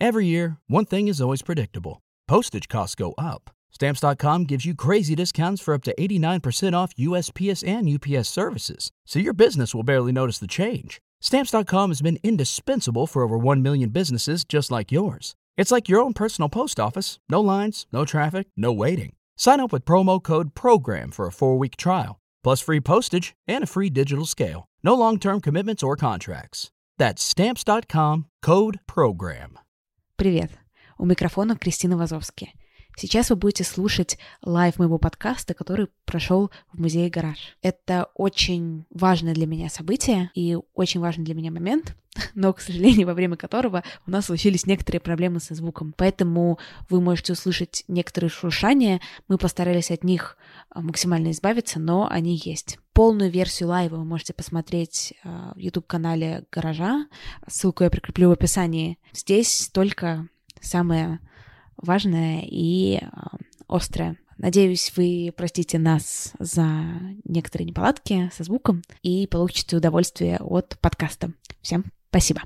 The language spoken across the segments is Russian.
Every year, one thing is always predictable. Postage costs go up. Stamps.com gives you crazy discounts for up to 89% off USPS and UPS services, so your business will barely notice the change. Stamps.com has been indispensable for over 1 million businesses just like yours. It's like your own personal post office. No lines, no traffic, no waiting. Sign up with promo code PROGRAM for a 4-week trial, plus free postage and a free digital scale. No long-term commitments or contracts. That's Stamps.com, code PROGRAM. Привет! У микрофона Кристина Вазовски. Сейчас вы будете слушать лайв моего подкаста, который прошел в музее «Гараж». Это очень важное для меня событие и очень важный для меня момент, но, к сожалению, во время которого у нас случились некоторые проблемы со звуком. Поэтому вы можете услышать некоторые шуршания. Мы постарались от них максимально избавиться, но они есть. Полную версию лайва вы можете посмотреть в YouTube-канале «Гаража». Ссылку я прикреплю в описании. Здесь только самое важное и острое. Надеюсь, вы простите нас за некоторые неполадки со звуком и получите удовольствие от подкаста. Всем спасибо.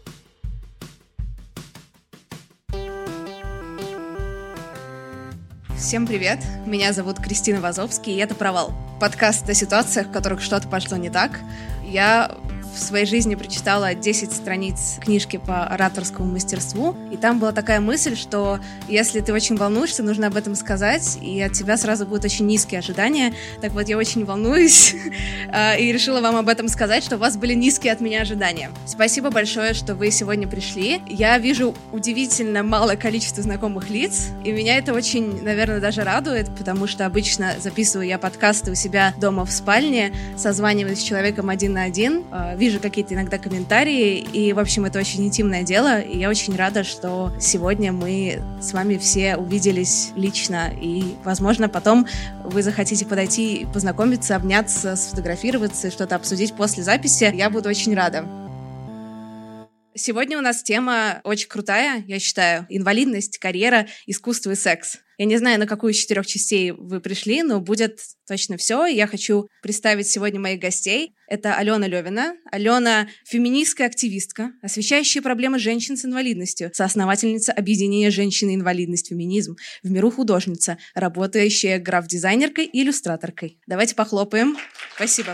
Всем привет, меня зовут Кристина Вазовски, и это «Провал». Подкаст о ситуациях, в которых что-то пошло не так. Я в своей жизни прочитала 10 страниц книжки по ораторскому мастерству, и там была такая мысль, что если ты очень волнуешься, нужно об этом сказать, и от тебя сразу будут очень низкие ожидания. Так вот, я очень волнуюсь и решила вам об этом сказать, что у вас были низкие от меня ожидания. Спасибо большое, что вы сегодня пришли. Я вижу удивительно малое количество знакомых лиц, и меня это очень, наверное, даже радует, потому что обычно записываю я подкасты у себя дома в спальне, созваниваюсь с человеком 1 на 1, вижу какие-то иногда комментарии, и, в общем, это очень интимное дело, и я очень рада, что сегодня мы с вами все увиделись лично, и, возможно, потом вы захотите подойти, познакомиться, обняться, сфотографироваться, что-то обсудить после записи. Я буду очень рада. Сегодня у нас тема очень крутая, я считаю. Инвалидность, карьера, искусство и секс. Я не знаю, на какую из 4 частей вы пришли, но будет точно все. Я хочу представить сегодня моих гостей. Это Алена Левина. Алена — феминистская активистка, освещающая проблемы женщин с инвалидностью, соосновательница объединения «Женщины. Инвалидность. Феминизм», в миру художница, работающая граф-дизайнеркой и иллюстраторкой. Давайте похлопаем. Спасибо.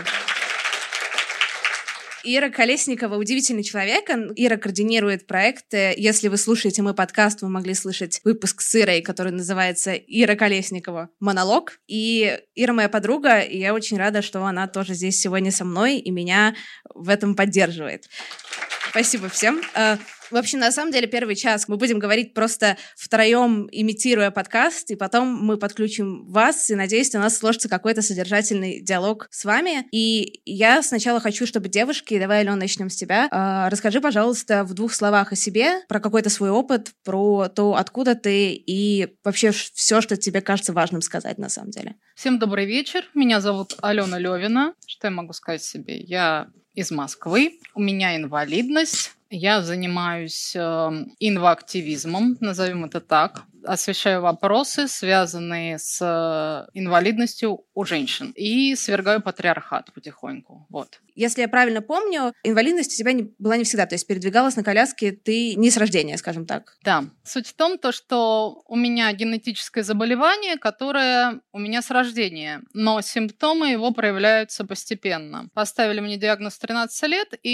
Ира Колесникова — удивительный человек. Ира координирует проекты. Если вы слушаете мой подкаст, вы могли слышать выпуск с Ирой, который называется «Ира Колесникова. Монолог». И Ира моя подруга, и я очень рада, что она тоже здесь сегодня со мной и меня в этом поддерживает. Спасибо всем. В общем, на самом деле, первый час мы будем говорить просто втроем, имитируя подкаст, и потом мы подключим вас, и, надеюсь, у нас сложится какой-то содержательный диалог с вами. И я сначала хочу, чтобы девушки, давай, Алена, начнем с тебя. Расскажи, пожалуйста, в 2 словах о себе, про какой-то свой опыт, про то, откуда ты, и вообще все, что тебе кажется важным сказать на самом деле. Всем добрый вечер. Меня зовут Алена Левина. Что я могу сказать себе? Я из Москвы. У меня инвалидность. Я занимаюсь инвоактивизмом, назовем это так. Освещаю вопросы, связанные с инвалидностью у женщин. И свергаю патриархат потихоньку. Вот. Если я правильно помню, инвалидность у тебя была не всегда. То есть передвигалась на коляске ты не с рождения, скажем так. Да. Суть в том, что у меня генетическое заболевание, которое у меня с рождения. Но симптомы его проявляются постепенно. Поставили мне диагноз в 13 лет, и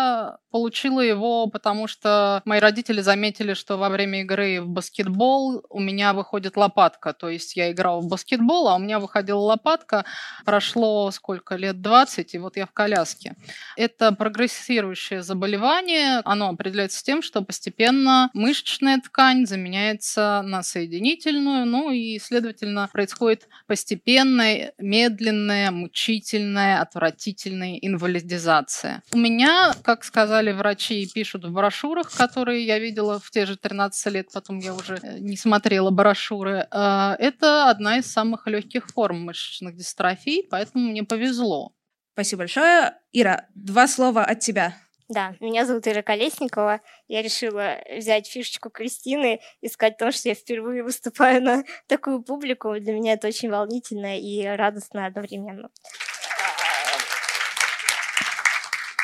я получила его, потому что мои родители заметили, что во время игры в баскетбол у меня выходит лопатка. То есть я играла в баскетбол, а у меня выходила лопатка. Прошло сколько? Лет 20, и вот я в коляске. Это прогрессирующее заболевание. Оно определяется тем, что постепенно мышечная ткань заменяется на соединительную, ну и, следовательно, происходит постепенная, медленная, мучительная, отвратительная инвалидизация. У меня, как сказали врачи и пишут в брошюрах, которые я видела в те же 13 лет, потом я уже не смотрела брошюры, это одна из самых легких форм мышечных дистрофий, поэтому мне повезло. Спасибо большое. Ира, 2 слова от тебя. Да, меня зовут Ира Колесникова. Я решила взять фишечку Кристины и сказать о том, что я впервые выступаю на такую публику. Для меня это очень волнительно и радостно одновременно.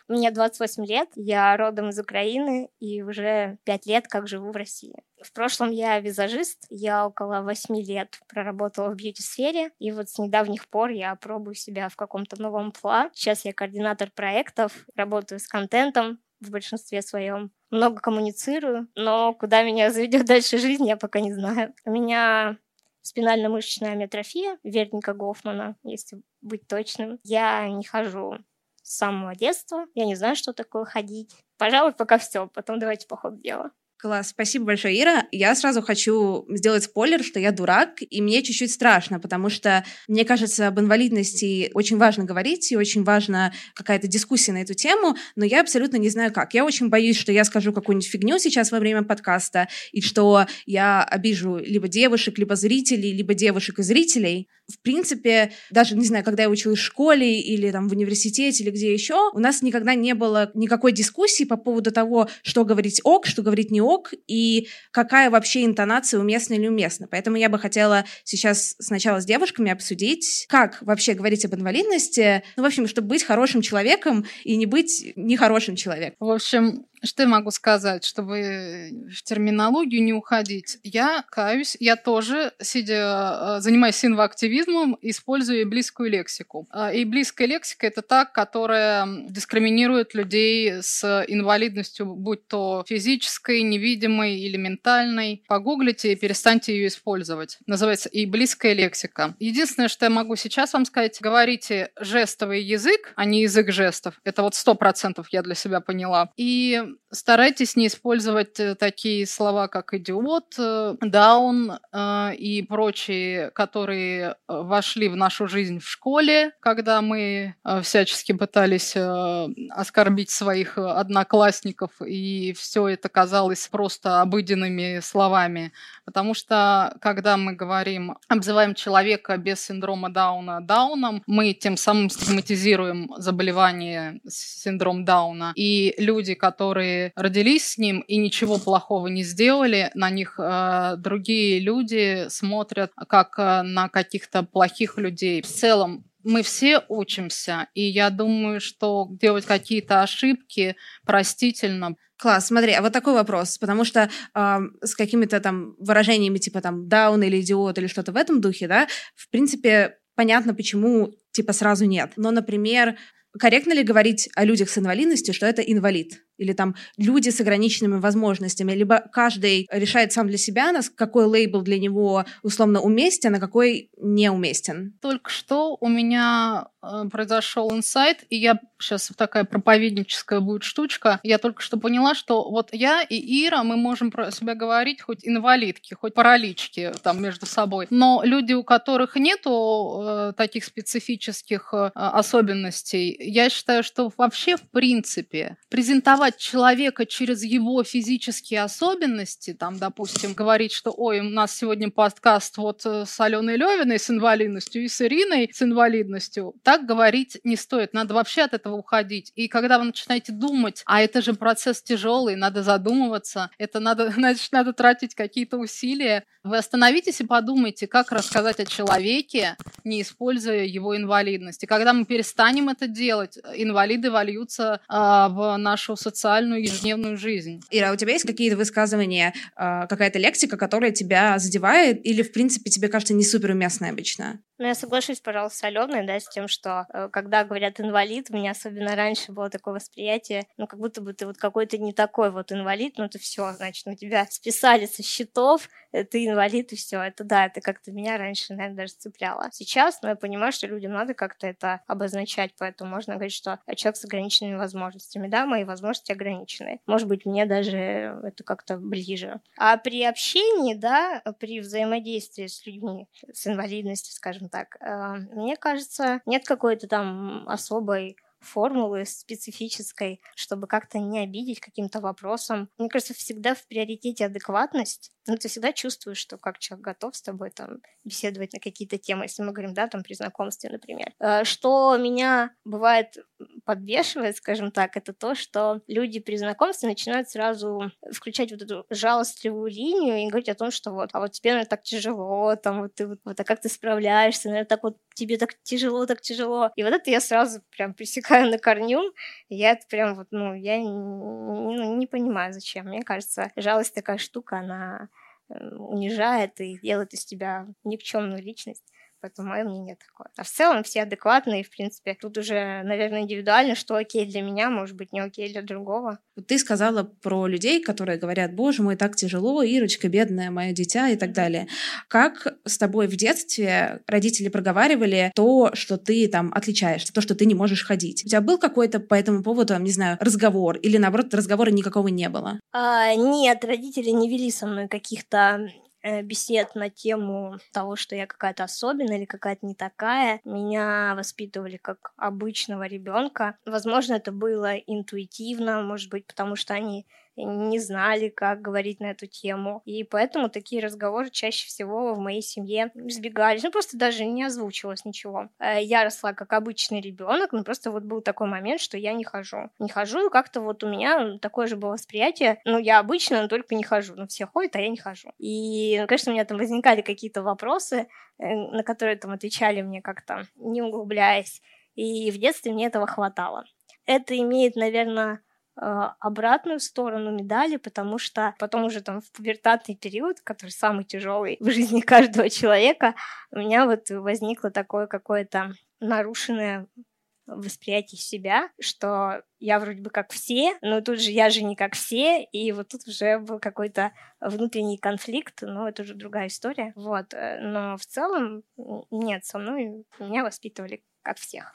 Мне 28 лет, я родом из Украины и уже 5 лет как живу в России. В прошлом я визажист, я около 8 лет проработала в бьюти-сфере, и вот с недавних пор я пробую себя в каком-то новом амплуа. Сейчас я координатор проектов, работаю с контентом в большинстве своем, много коммуницирую, но куда меня заведет дальше жизнь, я пока не знаю. У меня спинально-мышечная амиотрофия Верника Гофмана, если быть точным. Я не хожу с самого детства, я не знаю, что такое ходить. Пожалуй, пока все, потом давайте по ходу дела. Класс, спасибо большое, Ира. Я сразу хочу сделать спойлер, что я дурак, и мне чуть-чуть страшно, потому что, мне кажется, об инвалидности очень важно говорить, и очень важна какая-то дискуссия на эту тему, но я абсолютно не знаю как. Я очень боюсь, что я скажу какую-нибудь фигню сейчас во время подкаста, и что я обижу либо девушек, либо зрителей, либо девушек и зрителей. В принципе, даже, не знаю, когда я училась в школе или там в университете или где еще, у нас никогда не было никакой дискуссии по поводу того, что говорить ок, что говорить не ок, и какая вообще интонация уместна или неуместна. Поэтому я бы хотела сейчас сначала с девушками обсудить, как вообще говорить об инвалидности, ну, в общем, чтобы быть хорошим человеком и не быть нехорошим человеком. В общем, что я могу сказать, чтобы в терминологию не уходить? Я каюсь, я тоже, занимаясь инвоактивизмом, использую близкую лексику. И близкая лексика — это та, которая дискриминирует людей с инвалидностью, будь то физической, невидимой или ментальной. Погуглите и перестаньте ее использовать. Называется и близкая лексика. Единственное, что я могу сейчас вам сказать, говорите жестовый язык, а не язык жестов. Это вот 100% я для себя поняла. И старайтесь не использовать такие слова, как идиот, даун и прочие, которые вошли в нашу жизнь в школе, когда мы всячески пытались оскорбить своих одноклассников, и все это казалось просто обыденными словами. Потому что, когда мы обзываем человека без синдрома Дауна Дауном, мы тем самым стигматизируем заболевание синдром Дауна. И люди, которые родились с ним и ничего плохого не сделали, на них другие люди смотрят как на каких-то плохих людей. В целом, мы все учимся, и я думаю, что делать какие-то ошибки простительно. Класс, смотри, а вот такой вопрос, потому что с какими-то там выражениями типа там даун или идиот или что-то в этом духе, да, в принципе, понятно, почему типа сразу нет. Но, например, корректно ли говорить о людях с инвалидностью, что это инвалид? Или там люди с ограниченными возможностями, либо каждый решает сам для себя, какой лейбл для него условно уместен, а какой неуместен. Только что у меня произошел инсайт, и сейчас такая проповедническая будет штучка, я только что поняла, что вот я и Ира, мы можем про себя говорить хоть инвалидки, хоть паралички там между собой, но люди, у которых нету таких специфических особенностей, я считаю, что вообще в принципе презентовать человека через его физические особенности, там, допустим, говорить, что ой, у нас сегодня подкаст вот с Аленой Левиной с инвалидностью и с Ириной с инвалидностью, так говорить не стоит, надо вообще от этого уходить. И когда вы начинаете думать, а это же процесс тяжелый, надо задумываться, значит, надо тратить какие-то усилия, вы остановитесь и подумайте, как рассказать о человеке, не используя его инвалидность. И когда мы перестанем это делать, инвалиды вольются в нашу социальную ежедневную жизнь. Ира, у тебя есть какие-то высказывания, какая-то лексика, которая тебя задевает или, в принципе, тебе кажется не суперуместной обычно? Ну, я соглашусь, пожалуй, с Аленой, да, с тем, что когда говорят инвалид, у меня особенно раньше было такое восприятие, ну, как будто бы ты вот какой-то не такой вот инвалид, ну, это все, значит, на тебя списали со счетов, ты инвалид, и все. Это да, это как-то меня раньше, наверное, даже цепляло. Сейчас, я понимаю, что людям надо как-то это обозначать, поэтому можно говорить, что человек с ограниченными возможностями, да, мои возможности ограничены. Может быть, мне даже это как-то ближе. А при общении, да, при взаимодействии с людьми с инвалидностью, скажем так, мне кажется, нет какой-то там особой формулы специфической, чтобы как-то не обидеть каким-то вопросом. Мне кажется, всегда в приоритете адекватность. Ну, ты всегда чувствуешь, что как человек готов с тобой там беседовать на какие-то темы, если мы говорим, да, там при знакомстве, например. Что меня бывает подбешивает, скажем так, это то, что люди при знакомстве начинают сразу включать вот эту жалостливую линию и говорить о том, что вот, а вот тебе, наверное, так тяжело, там вот ты вот, а как ты справляешься, наверное, так вот тебе так тяжело. И вот это я сразу прям пресекаю высекаю на корню. Я это прям вот, я не понимаю, зачем. Мне кажется, жалость такая штука, она унижает и делает из тебя никчемную личность. Поэтому мое мнение такое. А в целом все адекватные, в принципе. Тут уже, наверное, индивидуально, что окей для меня, может быть, не окей для другого. Ты сказала про людей, которые говорят: боже мой, так тяжело, Ирочка, бедное мое дитя и так далее. Как с тобой в детстве родители проговаривали то, что ты там отличаешься, то, что ты не можешь ходить? У тебя был какой-то по этому поводу, не знаю, разговор? Или, наоборот, разговора никакого не было? Нет, родители не вели со мной каких-то бесед на тему того, что я какая-то особенная или какая-то не такая. Меня воспитывали как обычного ребенка. Возможно, это было интуитивно, может быть, потому что они не знали, как говорить на эту тему. И поэтому такие разговоры чаще всего в моей семье избегались. Просто даже не озвучивалось ничего. Я росла как обычный ребенок, но просто вот был такой момент, что я не хожу. Не хожу, и как-то вот у меня такое же было восприятие. Я обычная, но только не хожу. Все ходят, а я не хожу. И, конечно, у меня там возникали какие-то вопросы, на которые там отвечали мне как-то, не углубляясь. И в детстве мне этого хватало. Это имеет, наверное, обратную сторону медали, потому что потом уже там в пубертатный период, который самый тяжелый в жизни каждого человека, у меня вот возникло такое какое-то нарушенное восприятие себя, что я вроде бы как все, но тут же я же не как все, и вот тут уже был какой-то внутренний конфликт, но это уже другая история. Но в целом нет, со мной меня воспитывали как всех.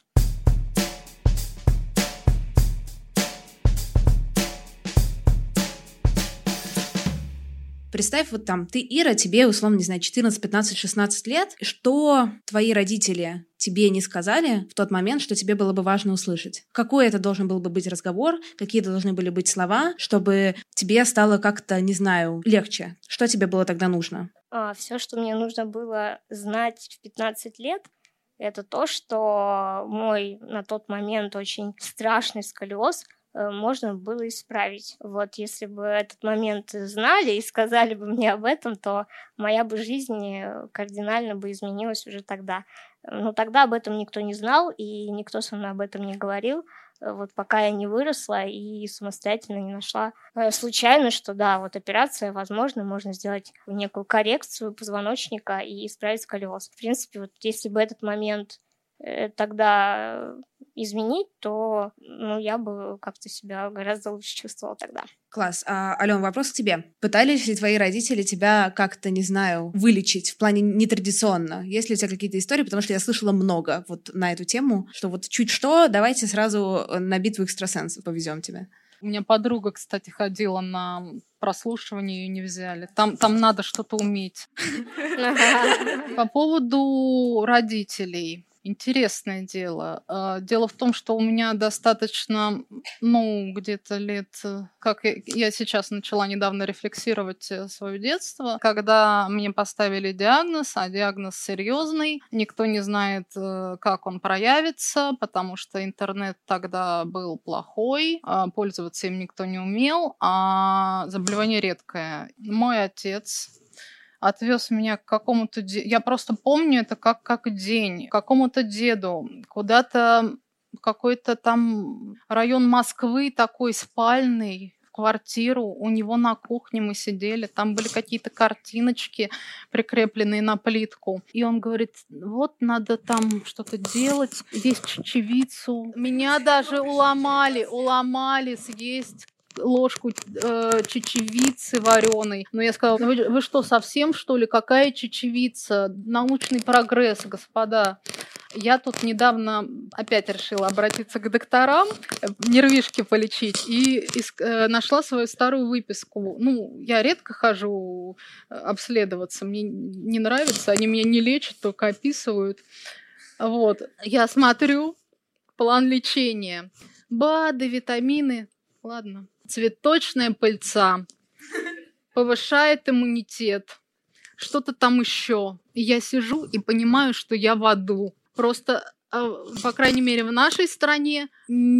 Представь, вот там, ты, Ира, тебе, условно, не знаю, 14, 15, 16 лет. Что твои родители тебе не сказали в тот момент, что тебе было бы важно услышать? Какой это должен был бы быть разговор? Какие это должны были быть слова, чтобы тебе стало как-то, не знаю, легче? Что тебе было тогда нужно? Все, что мне нужно было знать в 15 лет, это то, что мой на тот момент очень страшный сколиоз можно было исправить. Если бы этот момент знали и сказали бы мне об этом, то моя бы жизнь кардинально бы изменилась уже тогда. Но тогда об этом никто не знал, и никто со мной об этом не говорил. Пока я не выросла и самостоятельно не нашла случайно, что да, операция, возможно, можно сделать некую коррекцию позвоночника и исправить сколиоз. В принципе, если бы этот момент тогда изменить, то я бы как-то себя гораздо лучше чувствовала тогда. Класс. Алён, вопрос к тебе. Пытались ли твои родители тебя как-то, не знаю, вылечить в плане нетрадиционно? Есть ли у тебя какие-то истории? Потому что я слышала много на эту тему, что чуть что, давайте сразу на битву экстрасенсов повезем тебя. У меня подруга, кстати, ходила на прослушивание, ее не взяли. Там надо что-то уметь. По поводу родителей. Интересное дело. Дело в том, что у меня достаточно, где-то лет... Как я сейчас начала недавно рефлексировать свое детство, когда мне поставили диагноз, а диагноз серьезный. Никто не знает, как он проявится, потому что интернет тогда был плохой, пользоваться им никто не умел, а заболевание редкое. Мой отец отвез меня к какому-то... Я просто помню это как день. К какому-то деду. Куда-то в какой-то там район Москвы такой спальный, в квартиру. У него на кухне мы сидели. Там были какие-то картиночки, прикрепленные на плитку. И он говорит, надо там что-то делать. Есть чечевицу. Меня даже уломали съесть ложку чечевицы вареной. Но я сказала, вы что, совсем, что ли? Какая чечевица? Научный прогресс, господа. Я тут недавно опять решила обратиться к докторам, нервишки полечить, и нашла свою старую выписку. Я редко хожу обследоваться, мне не нравится, они меня не лечат, только описывают. Я смотрю план лечения. БАДы, витамины. Ладно. Цветочная пыльца повышает иммунитет. Что-то там еще. И я сижу и понимаю, что я в аду. Просто, по крайней мере, в нашей стране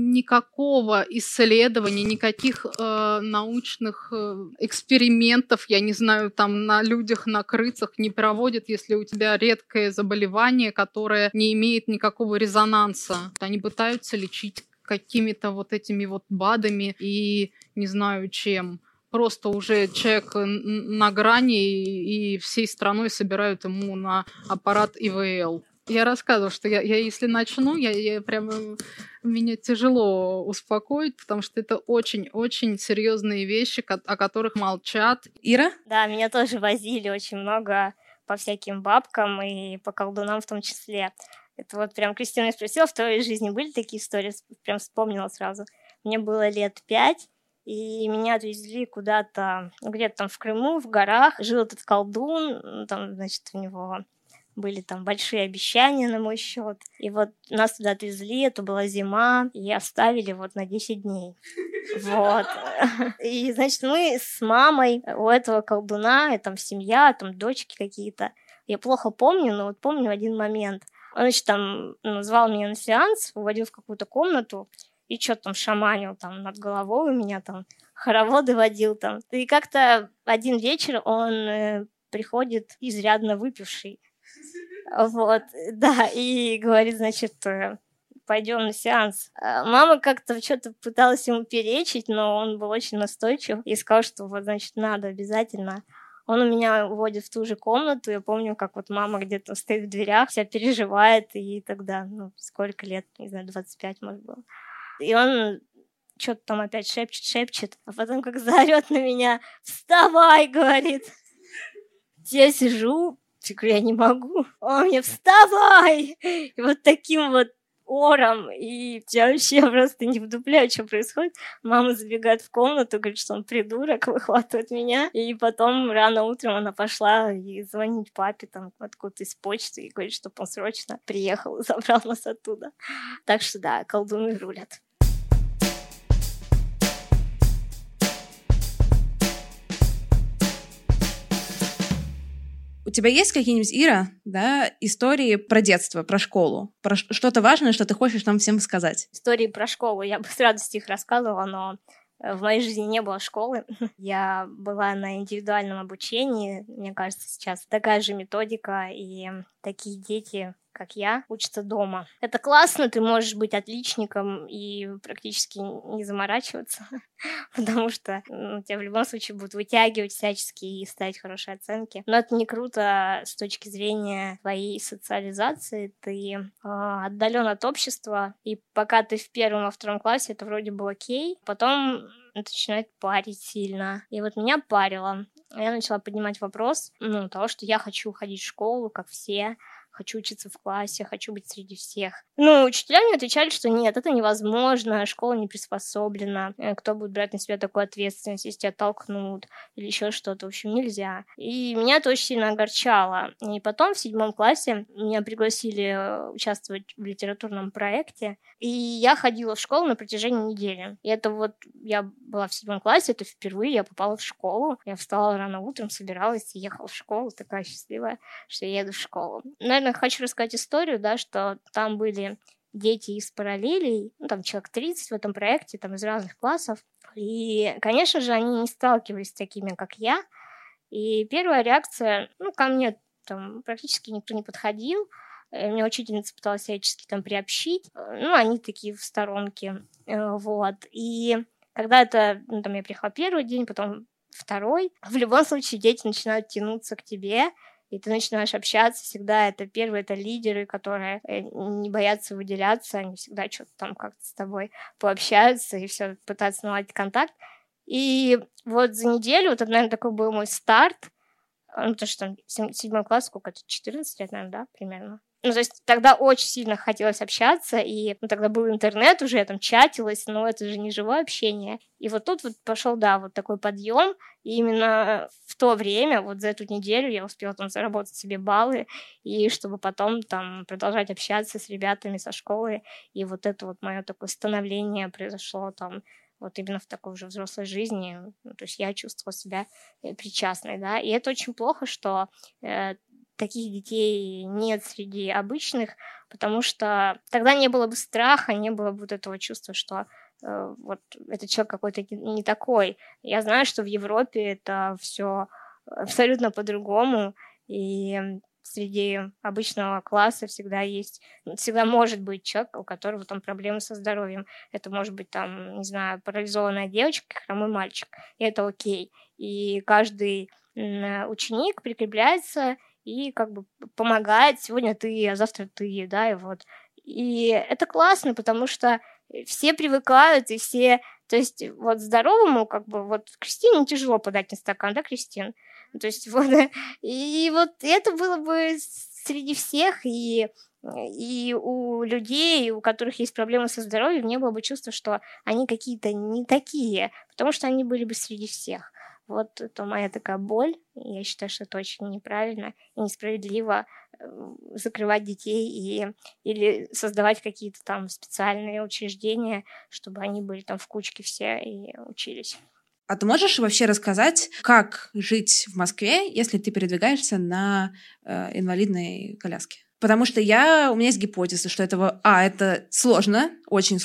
никакого исследования, никаких научных экспериментов, я не знаю, там на людях, на крысах не проводят, если у тебя редкое заболевание, которое не имеет никакого резонанса. Они пытаются лечить какими-то вот этими вот БАДами и не знаю чем. Просто уже человек на грани и всей страной собирают ему на аппарат ИВЛ. Я рассказывала, что я если начну, я прямо меня тяжело успокоить, потому что это очень-очень серьезные вещи, о которых молчат. Ира? Да, меня тоже возили очень много по всяким бабкам и по колдунам в том числе. Это вот прям Кристина спросила, в твоей жизни были такие истории? Прям вспомнила сразу. Мне было лет 5, и меня отвезли куда-то, где-то там в Крыму, в горах. Жил этот колдун, там, значит, у него были там большие обещания на мой счет. И вот нас туда отвезли, это была зима, и оставили вот на 10 дней. Вот. И, значит, мы с мамой у этого колдуна, и там семья, там дочки какие-то. Я плохо помню, но вот помню один момент. Он, значит, там звал меня на сеанс, уводил в какую-то комнату, и что-то там шаманил там над головой у меня, там хороводы водил там. И как-то один вечер он приходит изрядно выпивший. Вот, да, и говорит, значит, пойдем на сеанс. Мама как-то что-то пыталась ему перечить, но он был очень настойчив и сказал, что вот, значит, надо обязательно. Он у меня уводит в ту же комнату. Я помню, как вот мама где-то стоит в дверях, вся переживает, и тогда, сколько лет, не знаю, 25, может, было. И он что-то там опять шепчет, а потом как заорет на меня: «Вставай!» говорит. Я сижу, я не могу. Он мне: «Вставай!» И вот таким вот ором, и я вообще просто не вдупляю, что происходит. Мама забегает в комнату, говорит, что он придурок, выхватывает меня, и потом рано утром она пошла и звонить папе там откуда-то из почты и говорит, чтобы он срочно приехал и забрал нас оттуда. Так что да, колдуны рулят. У тебя есть какие-нибудь, Ира, да, истории про детство, про школу? Про что-то важное, что ты хочешь нам всем сказать? Истории про школу я бы с радостью их рассказывала, но в моей жизни не было школы. Я была на индивидуальном обучении. Мне кажется, сейчас такая же методика, и такие дети, как я, учатся дома. Это классно, ты можешь быть отличником и практически не заморачиваться, потому что тебя в любом случае будут вытягивать всячески и ставить хорошие оценки. Но это не круто с точки зрения твоей социализации. Ты отдален от общества, и пока ты в 1 и 2 классе, это вроде бы окей, потом это начинает парить сильно. И вот меня парило. Я начала поднимать вопрос того, что я хочу ходить в школу, как все, хочу учиться в классе, хочу быть среди всех. Учителя мне отвечали, что нет, это невозможно, школа не приспособлена, кто будет брать на себя такую ответственность, если тебя толкнут или еще что-то, в общем, нельзя. И меня это очень сильно огорчало. И потом в 7 классе меня пригласили участвовать в литературном проекте, и я ходила в школу на протяжении недели. И это вот, я была в 7 классе, это впервые я попала в школу, я встала рано утром, собиралась и ехала в школу, такая счастливая, что я еду в школу. Наверное, хочу рассказать историю, да, что там были дети из параллелей, там человек 30 в этом проекте, там из разных классов. И, конечно же, они не сталкивались с такими, как я. И первая реакция, ко мне там практически никто не подходил. Меня учительница пыталась всячески там приобщить. Они такие в сторонке. Вот. И когда это, я приехала первый день, потом второй, в любом случае дети начинают тянуться к тебе, и ты начинаешь общаться. Всегда это первые, это лидеры, которые не боятся выделяться, они всегда что-то там как-то с тобой пообщаются и все пытаются наладить контакт. И вот за неделю, это, наверное, такой был мой старт, потому что там 7 класс, сколько это, 14 лет, наверное, да, примерно. То есть тогда очень сильно хотелось общаться, и тогда был интернет уже, я там чатилась, но это же не живое общение. И вот тут вот пошел, да, вот такой подъем, и именно в то время, вот за эту неделю я успела там заработать себе баллы, и чтобы потом там продолжать общаться с ребятами со школы, и вот это вот мое такое становление произошло там вот именно в такой уже взрослой жизни, то есть я чувствовала себя причастной, да, и это очень плохо, что таких детей нет среди обычных, потому что тогда не было бы страха, не было бы вот этого чувства, что вот этот человек какой-то не такой. Я знаю, что в Европе это все абсолютно по-другому, и среди обычного класса всегда может быть человек, у которого там проблемы со здоровьем. Это может быть там, не знаю, парализованная девочка, хромой мальчик, и это окей. И каждый ученик прикрепляется и как бы помогает. Сегодня ты, а завтра ты, да, и вот. И это классно, потому что все привыкают, и все... То есть вот здоровому, как бы, вот Кристине тяжело подать на стакан, да, Кристин? То есть вот... И вот это было бы среди всех, и у людей, у которых есть проблемы со здоровьем, не было бы чувства, что они какие-то не такие, потому что они были бы среди всех. Вот это моя такая боль. Я считаю, что это очень неправильно и несправедливо закрывать детей или создавать какие-то там специальные учреждения, чтобы они были там в кучке все и учились. А ты можешь вообще рассказать, как жить в Москве, если ты передвигаешься на инвалидной коляске? Потому что у меня есть гипотеза, что это сложно, очень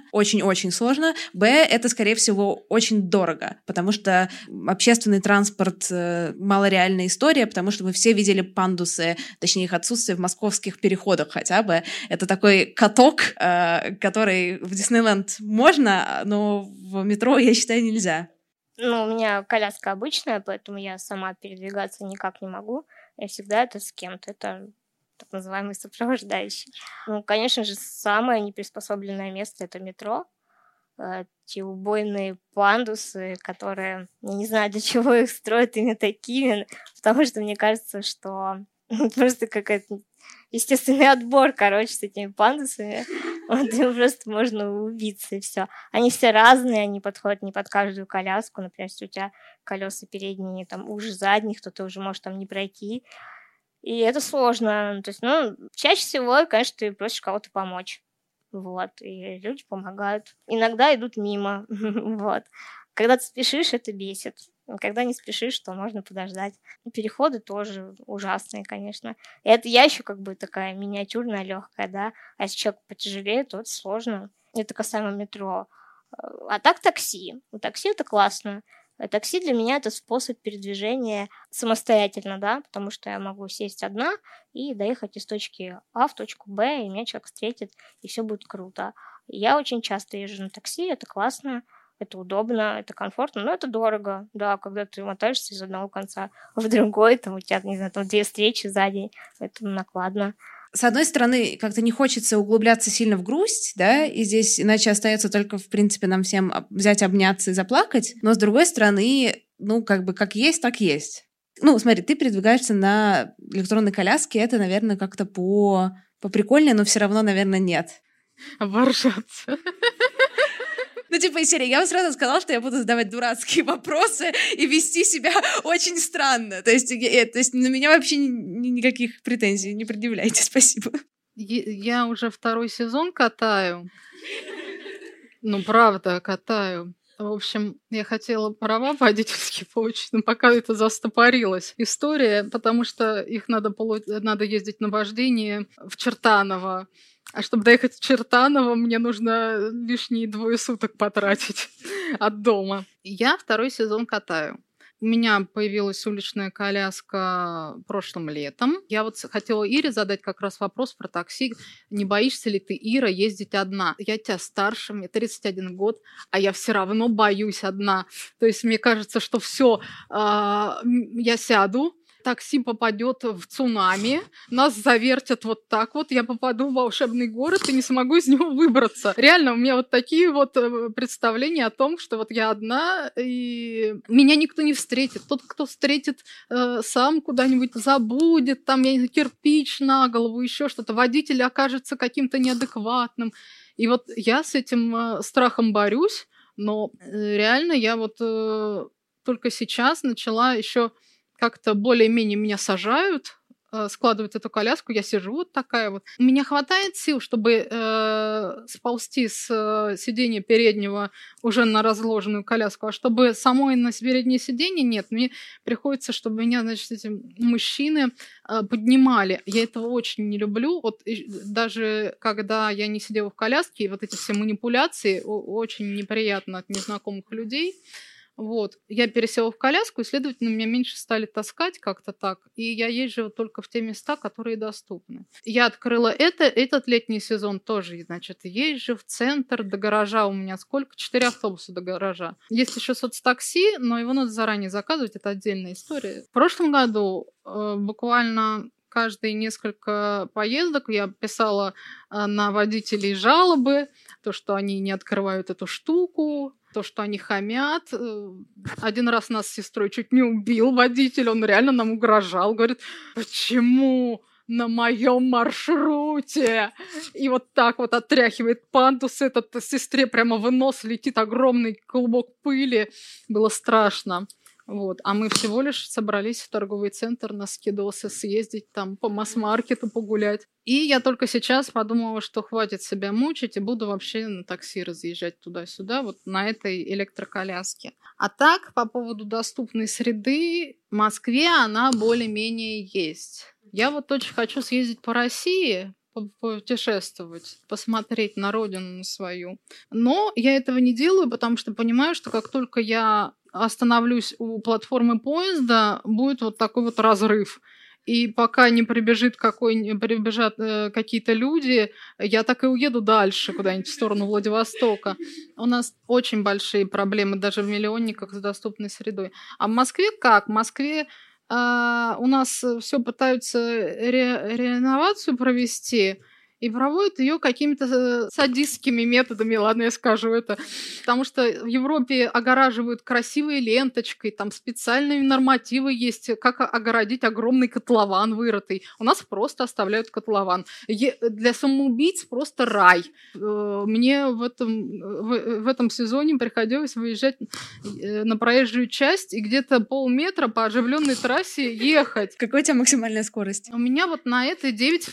сложно, это, скорее всего, очень дорого, потому что общественный транспорт малореальная история, потому что мы все видели пандусы, точнее их отсутствие в московских переходах хотя бы. Это такой каток, который в Диснейленд можно, но в метро, я считаю, нельзя. Ну, у меня коляска обычная, поэтому я сама передвигаться никак не могу. Я всегда это с кем-то. Это так называемый сопровождающий. Ну, конечно же, самое неприспособленное место — это метро. Те убойные пандусы, которые... Я не знаю, для чего их строят именно такими, потому что мне кажется, что просто какой-то естественный отбор, короче, с этими пандусами. Вот, им просто можно убиться, и все. Они все разные, они подходят не под каждую коляску. Например, если у тебя колеса передние там уже задних, то ты уже можешь там не пройти. И это сложно. То есть, чаще всего, конечно, ты просишь кого-то помочь. Вот. И люди помогают. Иногда идут мимо. Вот. Когда ты спешишь, это бесит. Когда не спешишь, то можно подождать. Переходы тоже ужасные, конечно. И это я еще как бы такая миниатюрная, легкая, да. А если человек потяжелее, то это сложно. Это касаемо метро. А так такси. Такси это классно. Такси для меня это способ передвижения самостоятельно, да, потому что я могу сесть одна и доехать из точки А в точку Б, и меня человек встретит, и все будет круто. Я очень часто езжу на такси, это классно, это удобно, это комфортно, но это дорого, да, когда ты мотаешься из одного конца в другой, там у тебя, не знаю, там 2 встречи за день, это накладно. С одной стороны, как-то не хочется углубляться сильно в грусть, да, и здесь иначе остается только, в принципе, нам всем взять, обняться и заплакать, но с другой стороны, как бы как есть, так есть. Смотри, ты передвигаешься на электронной коляске, это, наверное, как-то поприкольнее, но все равно, наверное, нет. Оборжаться. Из серии, я вам сразу сказала, что я буду задавать дурацкие вопросы и вести себя очень странно. То есть на меня вообще никаких претензий не предъявляйте, спасибо. Я уже 2-й сезон катаю. Правда, катаю. В общем, я хотела права водительские получить, но пока это застопорилась история, потому что их надо ездить на вождение в Чертаново. А чтобы доехать в Чертаново, мне нужно лишние 2 суток потратить от дома. Я 2-й сезон катаю. У меня появилась уличная коляска прошлым летом. Я вот хотела Ире задать как раз вопрос про такси. Не боишься ли ты, Ира, ездить одна? Я тебя старше, мне 31 год, а я все равно боюсь одна. То есть мне кажется, что все, я сяду, такси попадет в цунами, нас завертят вот так вот, я попаду в волшебный город и не смогу из него выбраться. Реально, у меня вот такие вот представления о том, что вот я одна, и меня никто не встретит. Тот, кто встретит, сам куда-нибудь забудет, там, я не знаю, кирпич на голову, еще что-то. Водитель окажется каким-то неадекватным. И вот я с этим страхом борюсь, но реально я вот только сейчас начала еще как-то более-менее меня сажают складывать эту коляску, я сижу вот такая вот. У меня хватает сил, чтобы сползти с сиденья переднего уже на разложенную коляску, а чтобы самой на переднее сиденье нет. Мне приходится, чтобы меня, значит, эти мужчины поднимали. Я этого очень не люблю. Вот даже когда я не сидела в коляске, и вот эти все манипуляции очень неприятно от незнакомых людей. Вот. Я пересела в коляску, и, следовательно, меня меньше стали таскать как-то так. И я езжу только в те места, которые доступны. Я открыла этот летний сезон тоже, значит, езжу в центр до гаража. У меня сколько? 4 автобуса до гаража. Есть еще соцтакси, но его надо заранее заказывать, это отдельная история. В прошлом году буквально каждые несколько поездок я писала на водителей жалобы, то, что они не открывают эту штуку, то, что они хамят. Один раз нас с сестрой чуть не убил водитель, он реально нам угрожал, говорит, почему на моем маршруте? И вот так вот отряхивает пандус этот, сестре прямо в нос летит огромный клубок пыли. Было страшно. Вот. А мы всего лишь собрались в торговый центр на Скидосы съездить, там по масс-маркету погулять. И я только сейчас подумала, что хватит себя мучить и буду вообще на такси разъезжать туда-сюда, вот на этой электроколяске. А так, по поводу доступной среды, в Москве она более-менее есть. Я вот очень хочу съездить по России, путешествовать, посмотреть на родину свою. Но я этого не делаю, потому что понимаю, что как только я остановлюсь у платформы поезда, будет вот такой вот разрыв. И пока не прибежат какие-то люди, я так и уеду дальше, куда-нибудь в сторону Владивостока. У нас очень большие проблемы даже в миллионниках с доступной средой. А в Москве как? В Москве у нас все пытаются реновацию провести, и проводят ее какими-то садистскими методами, ладно, я скажу это. Потому что в Европе огораживают красивой ленточкой, там специальные нормативы есть, как огородить огромный котлован вырытый. У нас просто оставляют котлован. Для самоубийц просто рай. Мне в этом сезоне приходилось выезжать на проезжую часть и где-то полметра по оживленной трассе ехать. Какая у тебя максимальная скорость? У меня вот на этой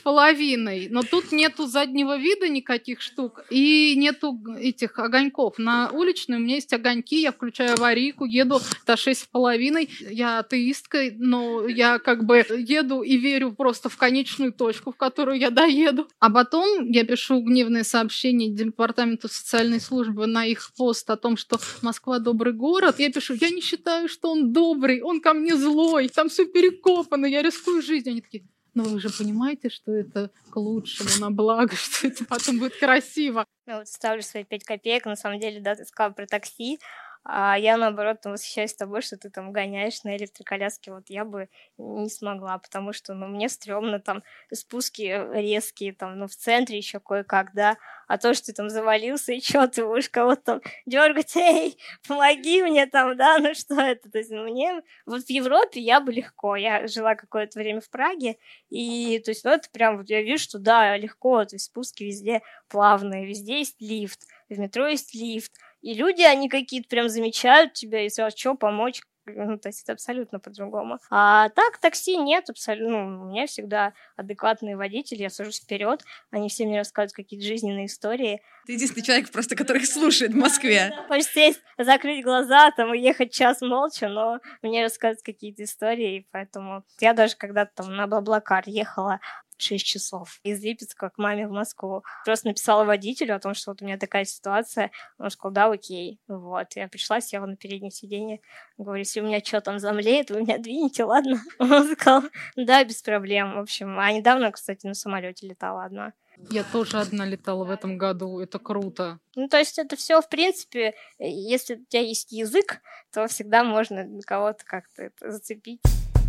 9,5. Но тут нету заднего вида никаких штук и нету этих огоньков. На уличной у меня есть огоньки, я включаю аварийку, еду до 6,5. Я атеистка, но я как бы еду и верю просто в конечную точку, в которую я доеду. А потом я пишу гневное сообщение департаменту социальной службы на их пост о том, что Москва добрый город. Я пишу, я не считаю, что он добрый, он ко мне злой, там все перекопано, я рискую жизнью. Они такие, но вы же понимаете, что это к лучшему, на благо, что это потом будет красиво. Я вот ставлю свои 5 копеек, на самом деле, да, ты сказала про такси, а я, наоборот, восхищаюсь тобой, что ты там гоняешь на электроколяске. Вот я бы не смогла, потому что, мне стрёмно там спуски резкие, там, в центре еще кое-как, да, а то, что ты там завалился, и чё, ты будешь кого-то там дёргать, эй, помоги мне там, да, что это? То есть мне, вот в Европе я бы легко, я жила какое-то время в Праге, и, то есть, это прям, вот я вижу, что да, легко, то есть спуски везде плавные, везде есть лифт, в метро есть лифт, и люди, они какие-то прям замечают тебя и сразу, что помочь? То есть это абсолютно по-другому. А так, такси нет, абсолютно. У меня всегда адекватные водители, я сажусь вперед, они все мне рассказывают какие-то жизненные истории. Ты единственный человек просто, который их слушает в Москве. Хочешь сесть, закрыть глаза, там, и ехать час молча, но мне рассказывают какие-то истории, и поэтому я даже когда-то там на Блаблакар ехала 6 часов из Липецка к маме в Москву. Просто написала водителю о том, что вот у меня такая ситуация. Он сказал, да, окей. Вот. Я пришла, села на переднее сиденье. Говорю, если у меня что там замлеет, вы меня двинете, ладно? Он сказал, да, без проблем. В общем, а недавно, кстати, на самолете летала одна. Я тоже одна летала в этом году. Это круто. То есть это все, в принципе, если у тебя есть язык, то всегда можно кого-то как-то это зацепить.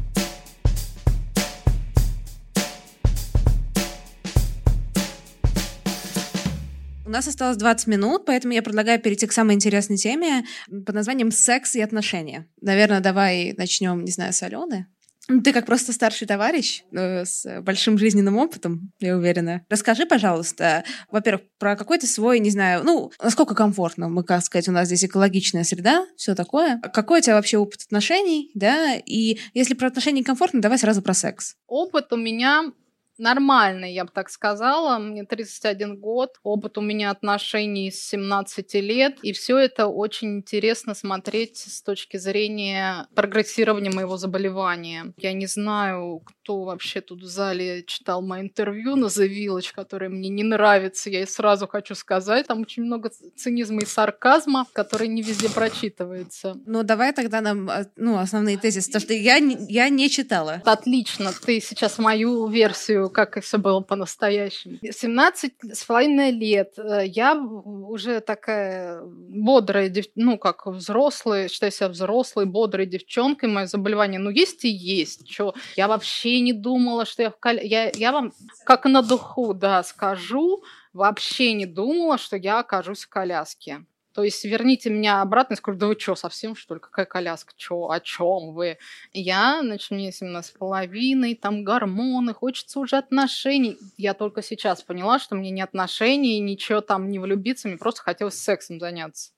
У нас осталось 20 минут, поэтому я предлагаю перейти к самой интересной теме под названием «Секс и отношения». Наверное, давай начнем, не знаю, с Алены. Ты как просто старший товарищ с большим жизненным опытом, я уверена. Расскажи, пожалуйста, во-первых, про какой-то свой, не знаю, насколько комфортно, мы, как сказать, у нас здесь экологичная среда, все такое. Какой у тебя вообще опыт отношений, да? И если про отношения комфортно, давай сразу про секс. Опыт у меня нормальный, я бы так сказала. Мне 31 год, опыт у меня отношений с 17 лет, и все это очень интересно смотреть с точки зрения прогрессирования моего заболевания. Я не знаю, кто вообще тут в зале читал мое интервью на The Village, которое мне не нравится, я и сразу хочу сказать, там очень много цинизма и сарказма, который не везде прочитывается. Давай тогда нам, основные тезисы, потому что я не читала. Отлично, ты сейчас мою версию, как все было по-настоящему. 17,5 лет. Я уже такая бодрая, как взрослая, считаю себя взрослой, бодрой девчонкой. Мое заболевание, есть и есть. Чё? Я вообще не думала, что я вам как на духу, да, скажу, вообще не думала, что я окажусь в коляске. То есть верните меня обратно и скажу, да вы что, совсем что ли? Какая коляска? Чё? О чем вы? Я, мне 17,5, там гормоны, хочется уже отношений. Я только сейчас поняла, что мне не отношений, ничего там не влюбиться, мне просто хотелось сексом заняться.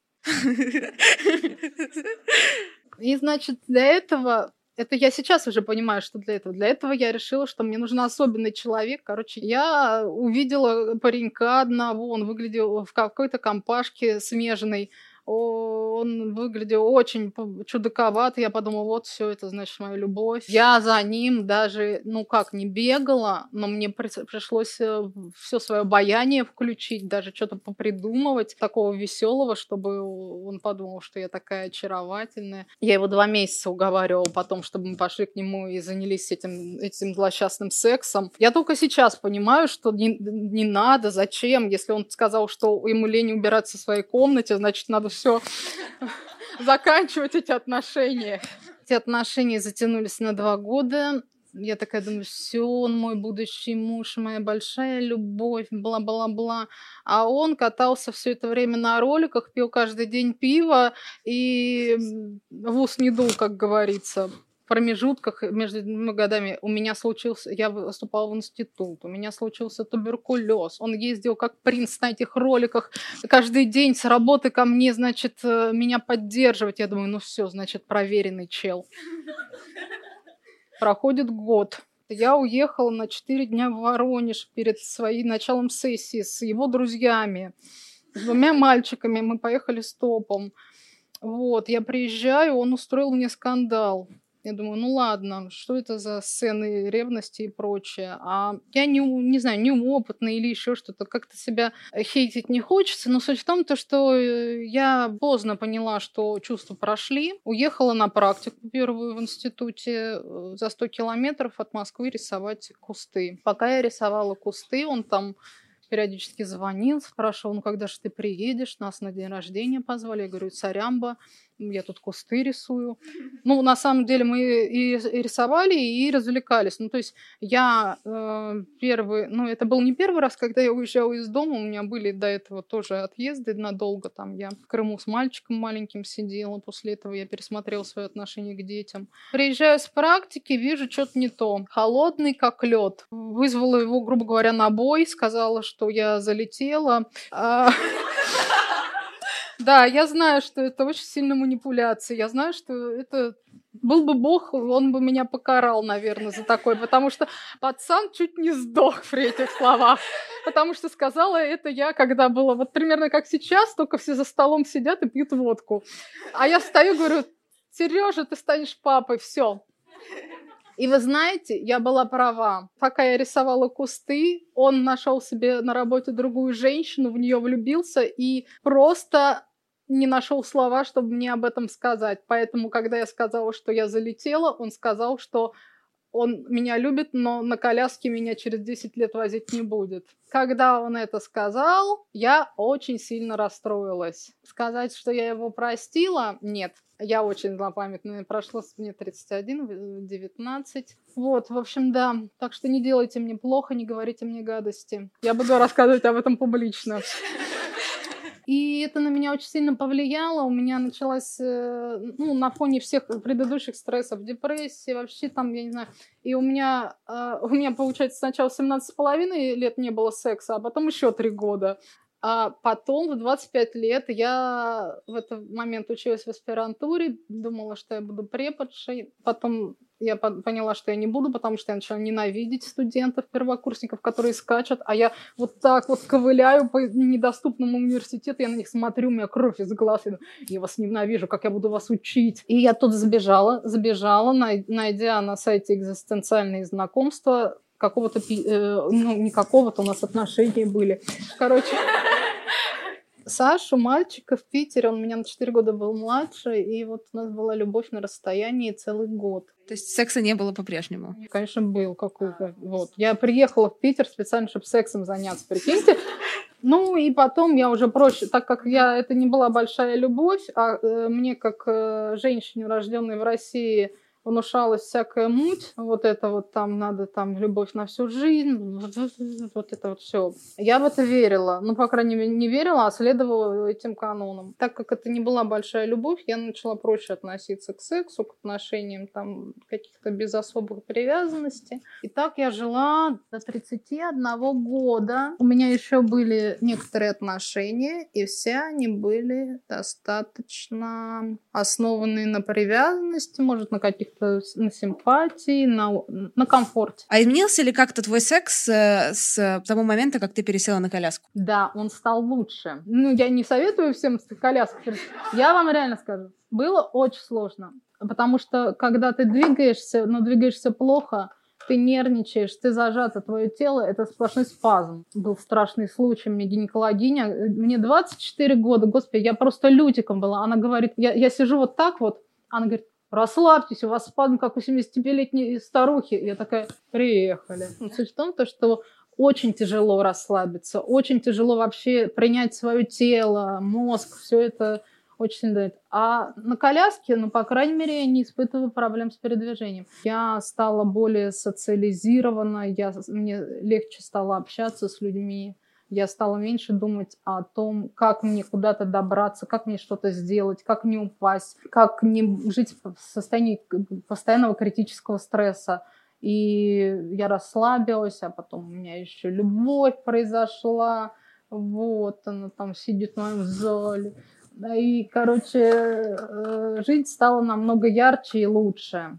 И, значит, для этого... Это я сейчас уже понимаю, что для этого. Для этого я решила, что мне нужен особенный человек. Короче, я увидела паренька одного, он выглядел в какой-то компашке смежной. Он выглядел очень чудаковато. Я подумала, вот все это, значит, моя любовь. Я за ним даже, не бегала, но мне пришлось все свое обаяние включить, даже что-то попридумывать такого веселого, чтобы он подумал, что я такая очаровательная. Я его 2 месяца уговаривала потом, чтобы мы пошли к нему и занялись этим злосчастным сексом. Я только сейчас понимаю, что не надо, зачем. Если он сказал, что ему лень убираться в своей комнате, значит, надо все заканчивать эти отношения. Эти отношения затянулись на 2 года. Я такая думаю, все, он мой будущий муж, моя большая любовь, бла-бла-бла. А он катался все это время на роликах, пил каждый день пиво и в ус не дул, как говорится. В промежутках между 2 годами я выступала в институт, у меня случился туберкулез. Он ездил как принц на этих роликах каждый день с работы ко мне, значит, меня поддерживать. Я думаю, все, значит, проверенный чел. Проходит год. Я уехала на 4 дня в Воронеж перед своим началом сессии с его друзьями, с 2 мальчиками. Мы поехали стопом. Я приезжаю, он устроил мне скандал. Я думаю, ладно, что это за сцены ревности и прочее. А я не знаю, неопытная или еще что-то, как-то себя хейтить не хочется. Но суть в том, что я поздно поняла, что чувства прошли. Уехала на практику первую в институте за 100 километров от Москвы рисовать кусты. Пока я рисовала кусты, он там периодически звонил, спрашивал, когда же ты приедешь, нас на день рождения позвали. Я говорю, царямба, я тут кусты рисую. На самом деле мы и рисовали, и развлекались. То есть я это был не первый раз, когда я уезжала из дома, у меня были до этого тоже отъезды надолго. Там я в Крыму с мальчиком маленьким сидела, после этого я пересмотрела свое отношение к детям. Приезжаю с практики, вижу, что-то не то. Холодный, как лед. Вызвала его, грубо говоря, на бой, сказала, что я залетела. Да, я знаю, что это очень сильная манипуляция. Я знаю, что это... Был бы Бог, он бы меня покарал, наверное, за такое, потому что пацан чуть не сдох при этих словах. Потому что сказала это я, когда было примерно как сейчас, только все за столом сидят и пьют водку. А я встаю и говорю, Сережа, ты станешь папой, все. И вы знаете, я была права. Пока я рисовала кусты, он нашел себе на работе другую женщину, в нее влюбился и просто не нашел слова, чтобы мне об этом сказать. Поэтому, когда я сказала, что я залетела, он сказал, что он меня любит, но на коляске меня через 10 лет возить не будет. Когда он это сказал, я очень сильно расстроилась. Сказать, что я его простила, нет. Я очень злопамятная. Прошло мне 31, 19. В общем, да. Так что не делайте мне плохо, не говорите мне гадости. Я буду рассказывать об этом публично. И это на меня очень сильно повлияло. У меня началась, на фоне всех предыдущих стрессов, депрессии, вообще там, я не знаю. И у меня, получается, сначала 17,5 лет не было секса, а потом еще 3 года. А потом в 25 лет я в этот момент училась в аспирантуре, думала, что я буду преподшей. Потом я поняла, что я не буду, потому что я начала ненавидеть студентов-первокурсников, которые скачут, а я вот так вот ковыляю по недоступному университету, я на них смотрю, у меня кровь из глаз, я вас ненавижу, как я буду вас учить. И я тут забежала, найдя на сайте «Экзистенциальные знакомства» какого-то, не какого-то, у нас отношения были. Короче, Сашу, мальчика в Питере, он меня на 4 года был младше, и вот у нас была любовь на расстоянии целый год. То есть секса не было по-прежнему? Конечно, был какой-то. Вот. Я приехала в Питер специально, чтобы сексом заняться, прикиньте. Ну, и потом я уже проще, так как это не была большая любовь, а мне, как женщине, рожденной в России, внушалась всякая муть, вот это вот там надо, там любовь на всю жизнь, вот это вот все. Я в это верила, по крайней мере, не верила, а следовала этим канонам. Так как это не была большая любовь, я начала проще относиться к сексу, к отношениям там каких-то без особых привязанностей. И так я жила до 31 года. У меня еще были некоторые отношения, и все они были достаточно основаны на привязанности, может, на каких-то на симпатии, на комфорте. А изменился ли как-то твой секс с того момента, как ты пересела на коляску? Да, он стал лучше. Я не советую всем с коляской. Я вам реально скажу, было очень сложно. Потому что, когда ты двигаешься, но двигаешься плохо, ты нервничаешь, ты зажата, твое тело — это сплошной спазм. Был страшный случай, мне гинекологиня, мне 24 года, господи, я просто лютиком была. Она говорит, я сижу вот так вот, она говорит, расслабьтесь, у вас спазм, как у 75-летней старухи. Я такая, приехали. Суть в том, что очень тяжело расслабиться, очень тяжело вообще принять свое тело, мозг, все это очень сильно дает. А на коляске, по крайней мере, я не испытываю проблем с передвижением. Я стала более социализирована, мне легче стало общаться с людьми. Я стала меньше думать о том, как мне куда-то добраться, как мне что-то сделать, как не упасть, как не жить в состоянии постоянного критического стресса. И я расслабилась, а потом у меня еще любовь произошла. Вот она там сидит в моем зале. И, жить стало намного ярче и лучше.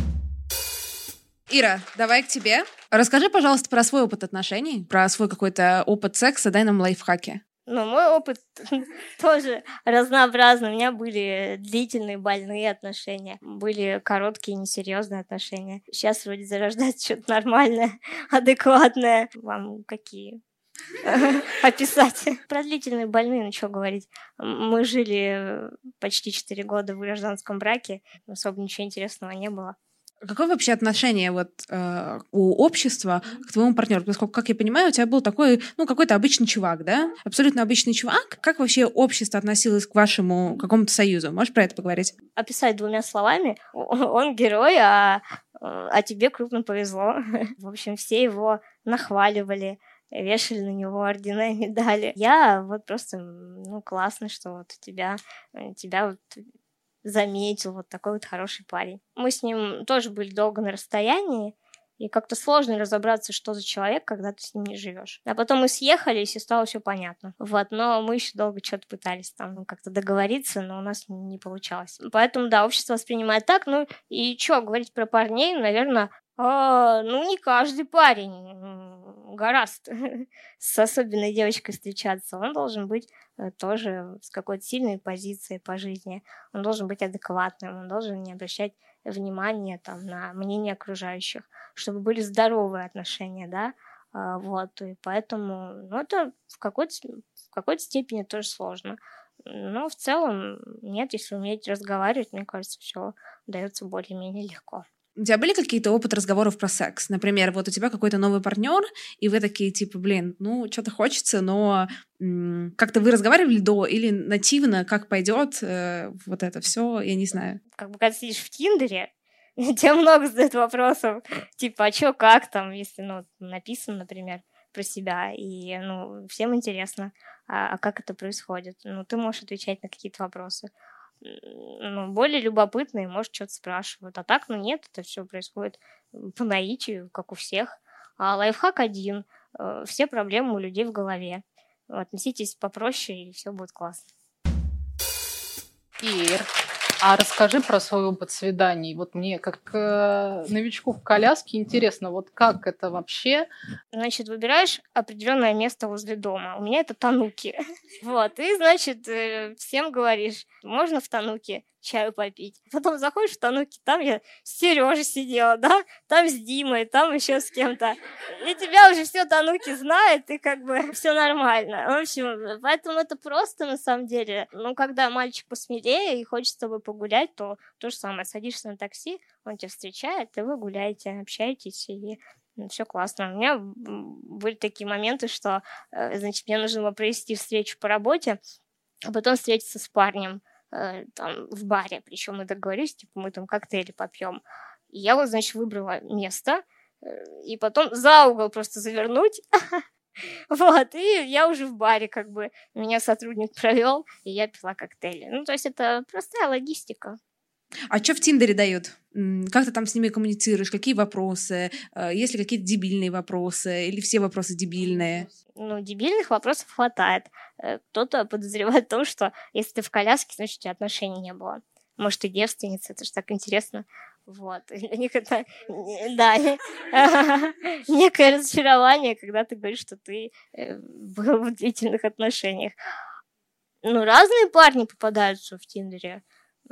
Ира, давай к тебе. Расскажи, пожалуйста, про свой опыт отношений, про свой какой-то опыт секса, дай нам лайфхаки. Мой опыт тоже разнообразный. У меня были длительные, больные отношения, были короткие, несерьезные отношения. Сейчас вроде зарождается что-то нормальное, адекватное. Вам какие описать? Про длительные, больные, что говорить. Мы жили почти 4 года в гражданском браке, особо ничего интересного не было. Какое вообще отношение у общества к твоему партнеру? Поскольку, как я понимаю, у тебя был такой, какой-то обычный чувак, да? Абсолютно обычный чувак. Как вообще общество относилось к вашему какому-то союзу? Можешь про это поговорить? Описать 2 словами. Он герой, а тебе крупно повезло. В общем, все его нахваливали, вешали на него ордена и медали. Я просто, классно, что вот тебя вот заметил вот такой вот хороший парень. Мы с ним тоже были долго на расстоянии, и как-то сложно разобраться, что за человек, когда ты с ним не живешь. А потом мы съехались, и стало все понятно. Но мы еще долго что-то пытались там как-то договориться, но у нас не получалось. Поэтому, да, общество воспринимает так. И что говорить про парней, наверное, не каждый парень гораст с особенной девочкой встречаться. Он должен быть тоже с какой-то сильной позицией по жизни. Он должен быть адекватным, он должен не обращать внимания на мнение окружающих, чтобы были здоровые отношения, да. И поэтому, это в какой-то степени тоже сложно. Но в целом, нет, если уметь разговаривать, мне кажется, все дается более-менее легко. У тебя были какие-то опыты разговоров про секс? Например, вот у тебя какой-то новый партнер, и вы такие, что-то хочется, но как-то вы разговаривали до или нативно, как пойдет вот это все, я не знаю. Когда сидишь в Тиндере, тебе много задают вопросов, а чё, как там, если, написано, например, про себя, и, всем интересно, а как это происходит. Ты можешь отвечать на какие-то вопросы. Более любопытные, может, что-то спрашивают. А так, нет, это все происходит по наитию, как у всех. А лайфхак один. Все проблемы у людей в голове. Относитесь попроще, и все будет классно. Ир, а расскажи про свой опыт свиданий. Вот мне, как новичку в коляске, интересно, вот как это вообще? Значит, выбираешь определенное место возле дома. У меня это Тануки. И, значит, всем говоришь, можно в Тануки чаю попить. Потом заходишь в Тануки, там я с Сережей сидела, да, там с Димой, там еще с кем-то. И тебя уже все Тануки знает, и все нормально. В общем, поэтому это просто на самом деле. Когда мальчик посмелее и хочет с тобой погулять, то же самое. Садишься на такси, он тебя встречает, и вы гуляете, общаетесь, и все классно. У меня были такие моменты, что, значит, мне нужно было провести встречу по работе, а потом встретиться с парнем там в баре, причем мы договорились, мы там коктейли попьем. И я значит, выбрала место, и потом за угол просто завернуть, и я уже в баре, меня сотрудник провел, и я пила коктейли. То есть это простая логистика. А что в Тиндере дают? Как ты там с ними коммуницируешь? Какие вопросы? Есть ли какие-то дебильные вопросы? Или все вопросы дебильные? Дебильных вопросов хватает. Кто-то подозревает в том, что если ты в коляске, значит, у тебя отношений не было. Может, ты девственница, это же так интересно. Для них это, да, некое разочарование, когда ты говоришь, что ты был в длительных отношениях. Разные парни попадаются в Тиндере.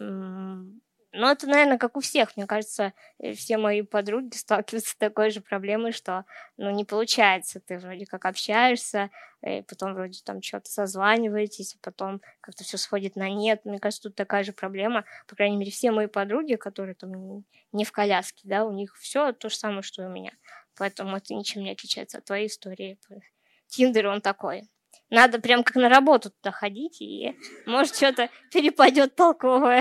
Это, наверное, как у всех. Мне кажется, все мои подруги сталкиваются с такой же проблемой, что, не получается. Ты вроде как общаешься, и потом вроде там что-то созваниваетесь, а потом как-то все сходит на нет. Мне кажется, тут такая же проблема. По крайней мере, все мои подруги, которые там не в коляске, да, у них все то же самое, что и у меня. Поэтому это ничем не отличается от твоей истории. Тиндер, он такой. Надо прям как на работу туда ходить, и может что-то перепадет толковое.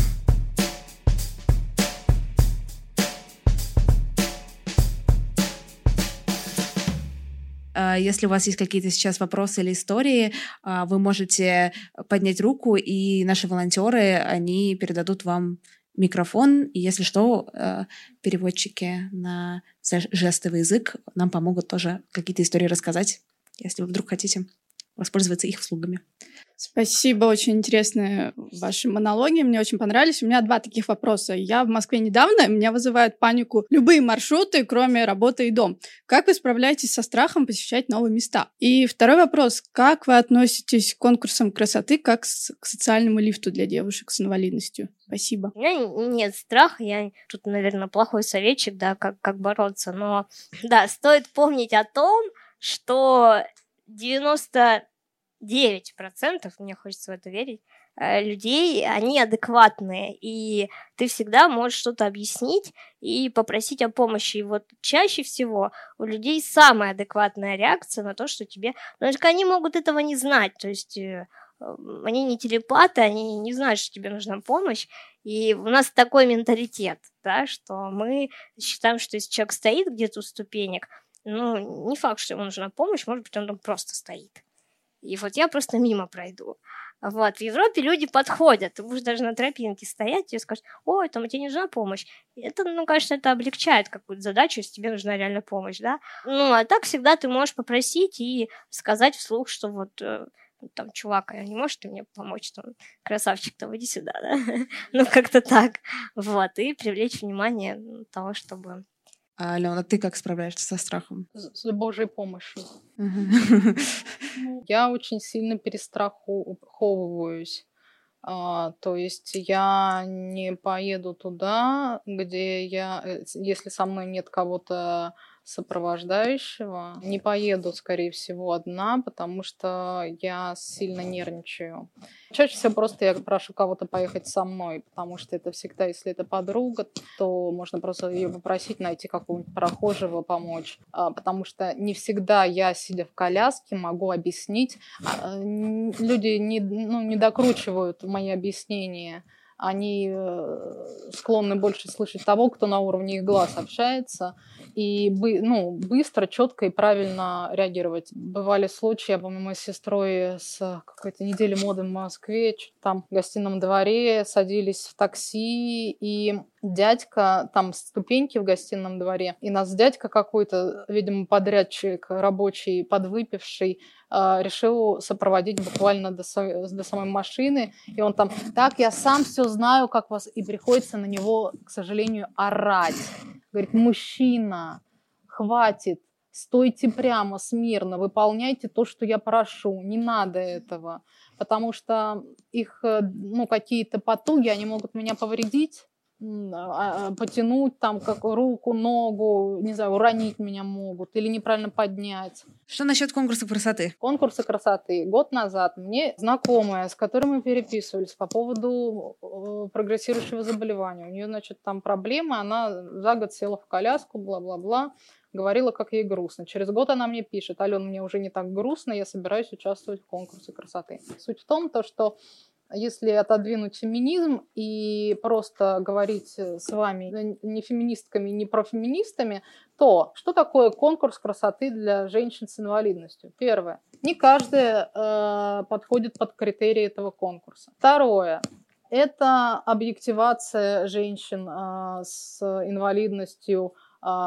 Если у вас есть какие-то сейчас вопросы или истории, вы можете поднять руку, и наши волонтеры, они передадут вам микрофон, и если что, переводчики на жестовый язык нам помогут тоже какие-то истории рассказать, если вы вдруг хотите воспользоваться их услугами. Спасибо, очень интересные ваши монологи, мне очень понравились. У меня 2 таких вопроса. Я в Москве недавно, меня вызывают панику любые маршруты, кроме работы и дом. Как вы справляетесь со страхом посещать новые места? И 2 вопрос. Как вы относитесь к конкурсам красоты как к социальному лифту для девушек с инвалидностью? Спасибо. У меня нет страха, я тут, наверное, плохой советчик, да, как бороться, но, да, стоит помнить о том, что 99%, мне хочется в это верить, людей, они адекватные, и ты всегда можешь что-то объяснить и попросить о помощи. И чаще всего у людей самая адекватная реакция на то, что тебе... только они могут этого не знать, то есть они не телепаты, они не знают, что тебе нужна помощь, и у нас такой менталитет, да, что мы считаем, что если человек стоит где-то у ступенек, не факт, что ему нужна помощь, может быть, он там просто стоит. И я просто мимо пройду. В Европе люди подходят, ты будешь даже на тропинке стоять, тебе скажут, ой, там тебе нужна помощь. Это, кажется, это облегчает какую-то задачу, если тебе нужна реально помощь, да. А так всегда ты можешь попросить и сказать вслух, что там, чувак, а не можешь ты мне помочь, там, красавчик-то, иди сюда, да. Как-то так. И привлечь внимание того, чтобы... Алена, ты как справляешься со страхом? С Божьей помощью. Я очень сильно перестраховываюсь. То есть я не поеду туда, где если со мной нет кого-то сопровождающего, не поеду, скорее всего, одна, потому что я сильно нервничаю. Чаще всего просто я прошу кого-то поехать со мной, потому что это всегда, если это подруга, то можно просто ее попросить найти какого-нибудь прохожего, помочь. Потому что не всегда я, сидя в коляске, могу объяснить. Люди не докручивают мои объяснения. они склонны больше слышать того, кто на уровне их глаз общается, и быстро, четко и правильно реагировать. Бывали случаи, я помню, мы с сестрой с какой-то недели моды в Москве, там в гостином дворе садились в такси, и дядька, там ступеньки в гостином дворе, и нас дядька какой-то, видимо, подрядчик рабочий, подвыпивший, решил сопроводить буквально до самой машины, и он там: так, я сам все знаю, как вас, и приходится на него, к сожалению, орать. Говорит: мужчина, хватит, стойте прямо, смирно, выполняйте то, что я прошу, не надо этого, потому что их, какие-то потуги, они могут меня повредить, потянуть там как руку, ногу, не знаю, уронить меня могут или неправильно поднять. Что насчет конкурса красоты? Конкурсы красоты. Год назад мне знакомая, с которой мы переписывались по поводу прогрессирующего заболевания. У нее, значит, там проблемы, она за год села в коляску, бла-бла-бла, говорила, как ей грустно. Через год она мне пишет: Алёна, мне уже не так грустно, я собираюсь участвовать в конкурсе красоты. Суть в том, что если отодвинуть феминизм и просто говорить с вами не феминистками, не профеминистами, то что такое конкурс красоты для женщин с инвалидностью? Первое. Не каждая подходит под критерии этого конкурса. Второе. Это объективация женщин с инвалидностью,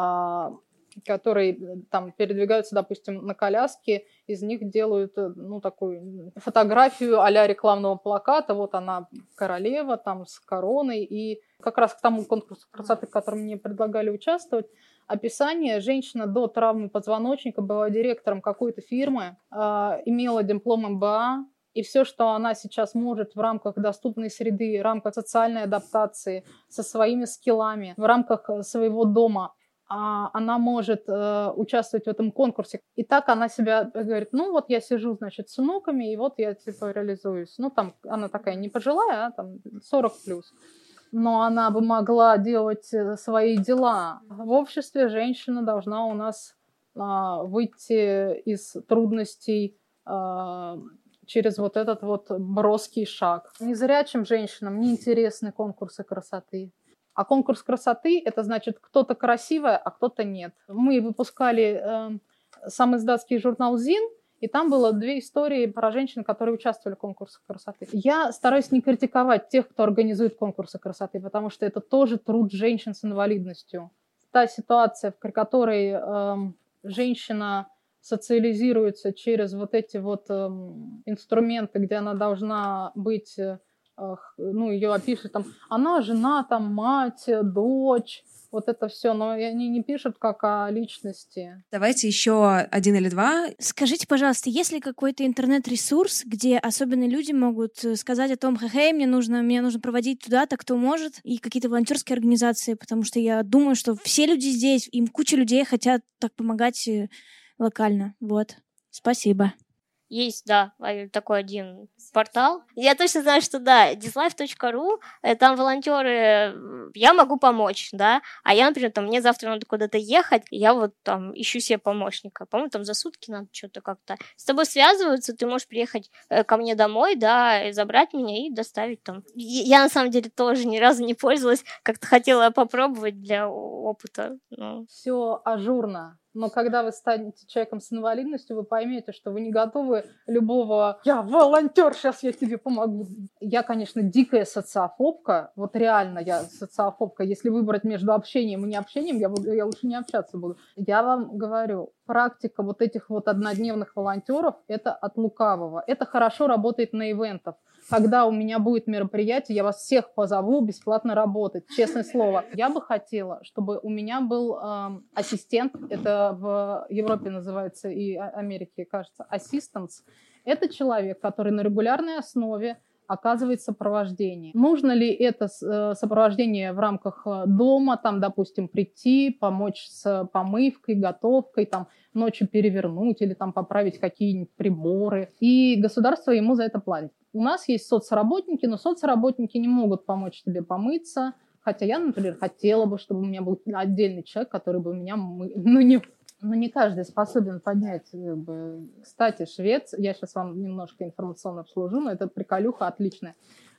которые там передвигаются, допустим, на коляске, из них делают, такую фотографию а-ля рекламного плаката, вот она королева там с короной, и как раз к тому конкурсу красоты, в котором мне предлагали участвовать, описание: женщина до травмы позвоночника была директором какой-то фирмы, имела диплом МБА, и все, что она сейчас может в рамках доступной среды, в рамках социальной адаптации, со своими скиллами, в рамках своего дома, она может участвовать в этом конкурсе. И так она себя говорит: я сижу, значит, с внуками, и вот я, реализуюсь. Там она такая не пожилая, там 40+. Но она бы могла делать свои дела. В обществе женщина должна у нас выйти из трудностей через вот этот вот броский шаг. Незрячим женщинам неинтересны конкурсы красоты. А конкурс красоты – это значит, кто-то красивая, а кто-то нет. Мы выпускали сам издатский журнал «ЗИН», и там было 2 истории про женщин, которые участвовали в конкурсах красоты. Я стараюсь не критиковать тех, кто организует конкурсы красоты, потому что это тоже труд женщин с инвалидностью. Та ситуация, в которой женщина социализируется через вот эти вот инструменты, где она должна быть... ее опишут там: она жена, там, мать, дочь, вот это все, но они не пишут как о личности. Давайте еще 1 или 2. Скажите, пожалуйста, есть ли какой-то интернет-ресурс, где особенные люди могут сказать о том: хе-хей, мне нужно проводить туда-то, кто может, и какие-то волонтерские организации, потому что я думаю, что все люди здесь, им куча людей хотят так помогать локально. Вот. Спасибо. Есть, да, такой один портал. Я точно знаю, что да, dislife.ru, там волонтеры, я могу помочь, да, а я, например, мне завтра надо куда-то ехать, я вот там ищу себе помощника, по-моему, там за сутки надо что-то как-то. С тобой связываются, ты можешь приехать ко мне домой, да, и забрать меня и доставить там. Я, на самом деле, тоже ни разу не пользовалась, как-то хотела попробовать для опыта. Все ажурно. Но когда вы станете человеком с инвалидностью, вы поймете, что вы не готовы любого «я волонтер, сейчас я тебе помогу». Я, конечно, дикая социофобка, вот реально я социофобка. Если выбрать между общением и необщением, я лучше не общаться буду. Я вам говорю, практика вот этих вот однодневных волонтеров – это от лукавого. Это хорошо работает на ивентах. Когда у меня будет мероприятие, я вас всех позову бесплатно работать, честное слово. Я бы хотела, чтобы у меня был ассистент, это в Европе называется и Америке, кажется, assistance. Это человек, который на регулярной основе оказывает сопровождение. Нужно ли это сопровождение в рамках дома, там, допустим, прийти, помочь с помывкой, готовкой, там, ночью перевернуть или там поправить какие-нибудь приборы. И государство ему за это платит. У нас есть соцработники, но соцработники не могут помочь тебе помыться. Хотя я, например, хотела бы, чтобы у меня был отдельный человек, который бы меня мыл. Не каждый способен поднять. Кстати, я сейчас вам немножко информационно обслужу, но это приколюха отличная.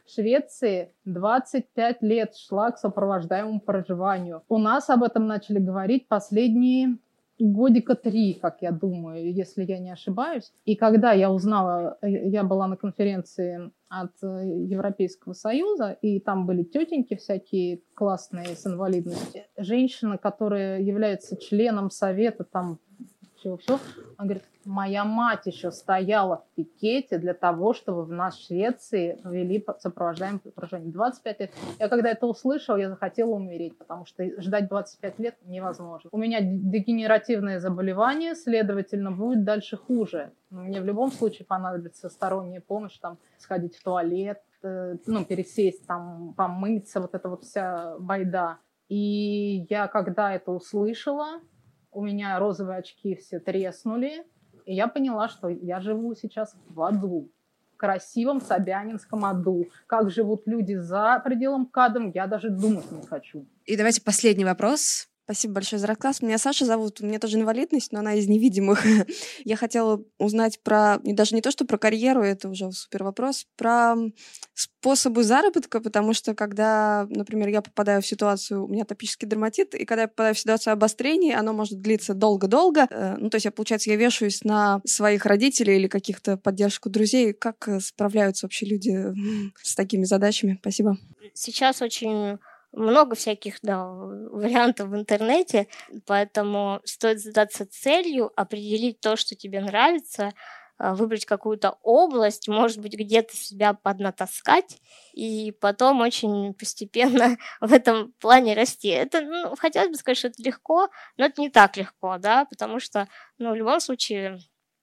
В Швеции 25 лет шла к сопровождаемому проживанию. У нас об этом начали говорить последние годика 3, как я думаю, если я не ошибаюсь. И когда я узнала, я была на конференции от Европейского Союза, и там были тетеньки всякие классные с инвалидностью. Женщина, которая является членом совета, там все. Он говорит, моя мать еще стояла в пикете для того, чтобы в нас в Швеции ввели сопровождаемое проживание. 25 лет. Я когда это услышала, я захотела умереть, потому что ждать 25 лет невозможно. У меня дегенеративное заболевание, следовательно, будет дальше хуже. Мне в любом случае понадобится сторонняя помощь, там, сходить в туалет, пересесть, там, помыться, вот эта вот вся байда. И я когда это услышала, у меня розовые очки все треснули, и я поняла, что я живу сейчас в аду, в красивом собянинском аду. Как живут люди за пределом КАДом, я даже думать не хочу. И давайте последний вопрос. Спасибо большое за рассказ. Меня Саша зовут, у меня тоже инвалидность, но она из невидимых. Я хотела узнать даже не то, что про карьеру, это уже супер вопрос, про способы заработка, потому что когда, например, я попадаю в ситуацию, у меня атопический дерматит, и когда я попадаю в ситуацию обострений, оно может длиться долго-долго. То есть, получается, я вешаюсь на своих родителей или каких-то поддержку друзей. Как справляются вообще люди с такими задачами? Спасибо. Сейчас очень много всяких вариантов в интернете, поэтому стоит задаться целью, определить то, что тебе нравится, выбрать какую-то область, может быть, где-то себя поднатаскать, и потом очень постепенно в этом плане расти. Это, хотелось бы сказать, что это легко, но это не так легко, да, потому что, в любом случае,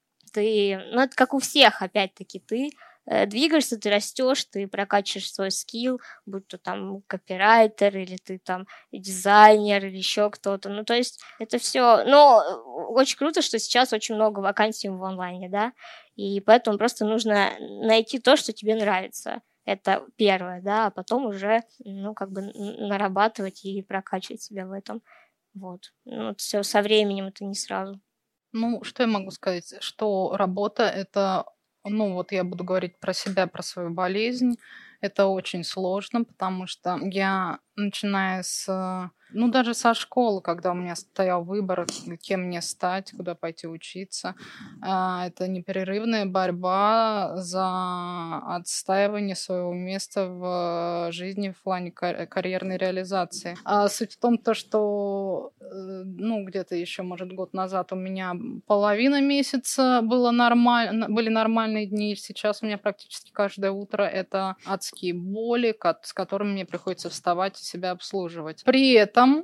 это как у всех, опять-таки, ты двигаешься, ты растешь, ты прокачиваешь свой скилл, будь то там копирайтер, или ты там дизайнер, или еще кто-то. То есть это все. Но очень круто, что сейчас очень много вакансий в онлайне, да, и поэтому просто нужно найти то, что тебе нравится. Это первое, да, а потом уже, нарабатывать и прокачивать себя в этом. Вот. Все со временем, это не сразу. Что я могу сказать? Что работа — это... я буду говорить про себя, про свою болезнь. Это очень сложно, потому что я, начиная даже со школы, когда у меня стоял выбор, кем мне стать, куда пойти учиться, это непрерывная борьба за отстаивание своего места в жизни в плане карьерной реализации. Суть в том, что где-то еще, может, год назад у меня половина месяца были нормальные дни, сейчас у меня практически каждое утро это адские боли, с которыми мне приходится вставать и себя обслуживать. При этом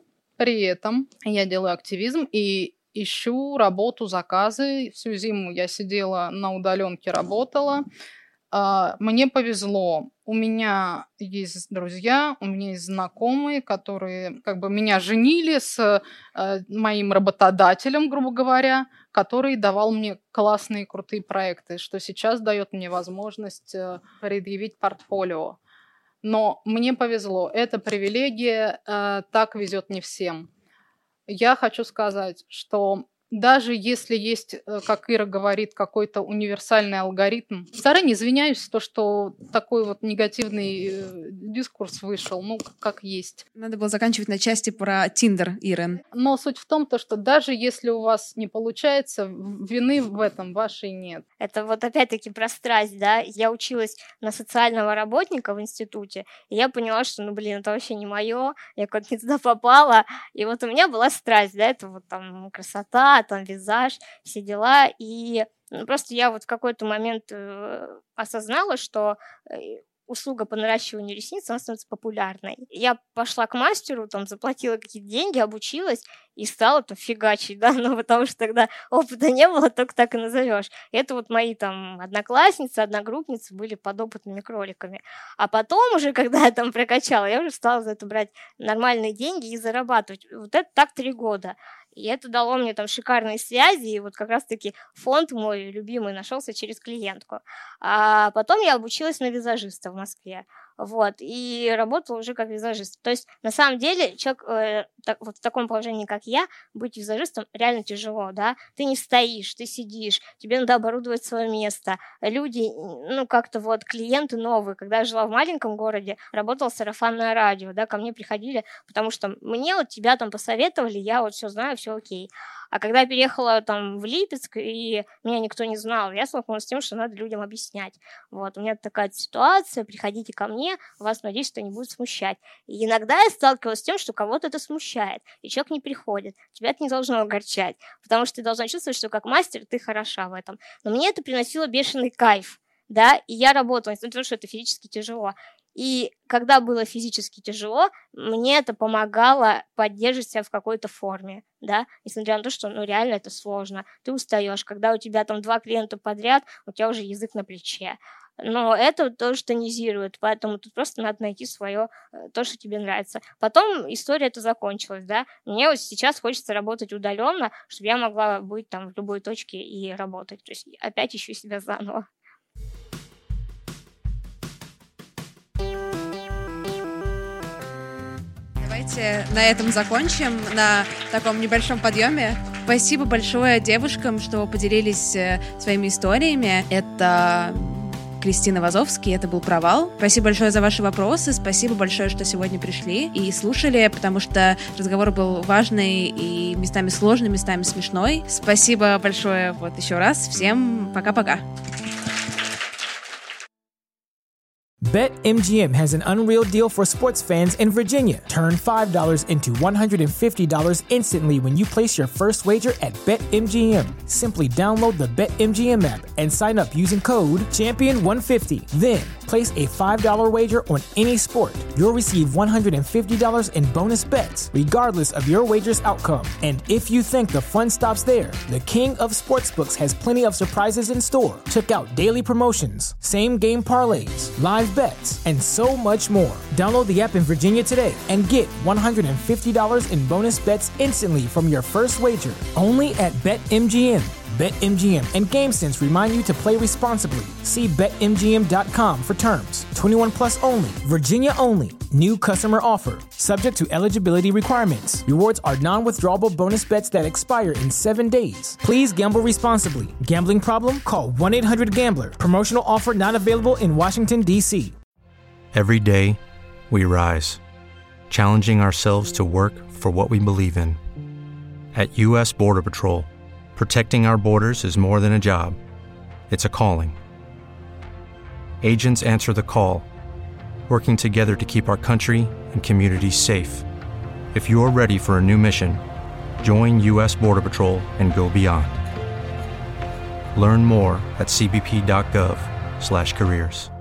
я делаю активизм и ищу работу, заказы. Всю зиму я сидела на удаленке, работала. Мне повезло. У меня есть друзья, у меня есть знакомые, которые меня женили с моим работодателем, грубо говоря, который давал мне классные, крутые проекты, что сейчас дает мне возможность предъявить портфолио. Но мне повезло. Это привилегия, так везет не всем. Я хочу сказать, что даже если есть, как Ира говорит, какой-то универсальный алгоритм, заранее извиняюсь, что такой вот негативный дискурс вышел, как есть. Надо было заканчивать на части про Тиндер, Ирен. Но суть в том, что даже если у вас не получается, вины в этом вашей нет. Это вот опять-таки про страсть, да. Я училась на социального работника в институте, и я поняла, что, это вообще не мое, я как-то не туда попала, и вот у меня была страсть, да, это вот там красота, там визаж, все дела, и просто я вот в какой-то момент осознала, что услуга по наращиванию ресниц, она становится популярной. Я пошла к мастеру, заплатила какие-то деньги, обучилась и стала фигачить, да, потому что тогда опыта не было, только так и назовешь. Это вот мои одноклассницы, одногруппницы были подопытными кроликами. А потом уже, когда я прокачала, я уже стала за это брать нормальные деньги и зарабатывать. Вот это так 3 года. И это дало мне шикарные связи, и вот как раз-таки фонд мой любимый нашелся через клиентку. А потом я обучилась на визажиста в Москве. Вот, и работала уже как визажист. То есть, на самом деле, человек вот в таком положении, как я, быть визажистом реально тяжело, да. Ты не стоишь, ты сидишь, тебе надо оборудовать свое место. Люди, как-то вот клиенты новые. Когда я жила в маленьком городе, работала сарафанное радио, да, ко мне приходили, потому что мне вот тебя там посоветовали, я вот все знаю, все окей. А когда я переехала там в Липецк, и меня никто не знал, я столкнулась с тем, что надо людям объяснять. Вот, у меня такая ситуация, приходите ко мне, вас, надеюсь, что не будет смущать. И иногда я сталкивалась с тем, что кого-то это смущает, и человек не приходит. Тебя это не должно огорчать, потому что ты должна чувствовать, что как мастер ты хороша в этом. Но мне это приносило бешеный кайф, да, и я работала, несмотря на то, что это физически тяжело. И когда было физически тяжело, мне это помогало поддерживать себя в какой-то форме, да, несмотря на то, что, реально это сложно. Ты устаешь, когда у тебя там 2 клиента подряд, у тебя уже язык на плече. Но это тоже тонизирует, поэтому тут просто надо найти свое, то, что тебе нравится. Потом история эта закончилась, да. Мне вот сейчас хочется работать удаленно, чтобы я могла быть там в любой точке и работать. То есть опять ищу себя заново. Давайте на этом закончим, на таком небольшом подъеме. Спасибо большое девушкам, что поделились своими историями. Это Кристина Вазовский, это был «Провал». Спасибо большое за ваши вопросы, спасибо большое, что сегодня пришли и слушали, потому что разговор был важный и местами сложный, местами смешной. Спасибо большое вот еще раз. Всем пока-пока. BetMGM has an unreal deal for sports fans in Virginia. Turn $5 into $150 instantly when you place your first wager at BetMGM. Simply download the BetMGM app and sign up using code Champion150. Then, place a $5 wager on any sport. You'll receive $150 in bonus bets, regardless of your wager's outcome. And if you think the fun stops there, the king of sportsbooks has plenty of surprises in store. Check out daily promotions, same-game parlays, live bets, and so much more. Download the app in Virginia today and get $150 in bonus bets instantly from your first wager. Only at BetMGM. BetMGM and GameSense remind you to play responsibly. See BetMGM.com for terms. 21 plus only. Virginia only. New customer offer. Subject to eligibility requirements. Rewards are non-withdrawable bonus bets that expire in 7 days. Please gamble responsibly. Gambling problem? Call 1-800-GAMBLER. Promotional offer not available in Washington, D.C. Every day, we rise, challenging ourselves to work for what we believe in. At U.S. Border Patrol, protecting our borders is more than a job. It's a calling. Agents answer the call, working together to keep our country and communities safe. If you're ready for a new mission, join U.S. Border Patrol and go beyond. Learn more at cbp.gov/careers.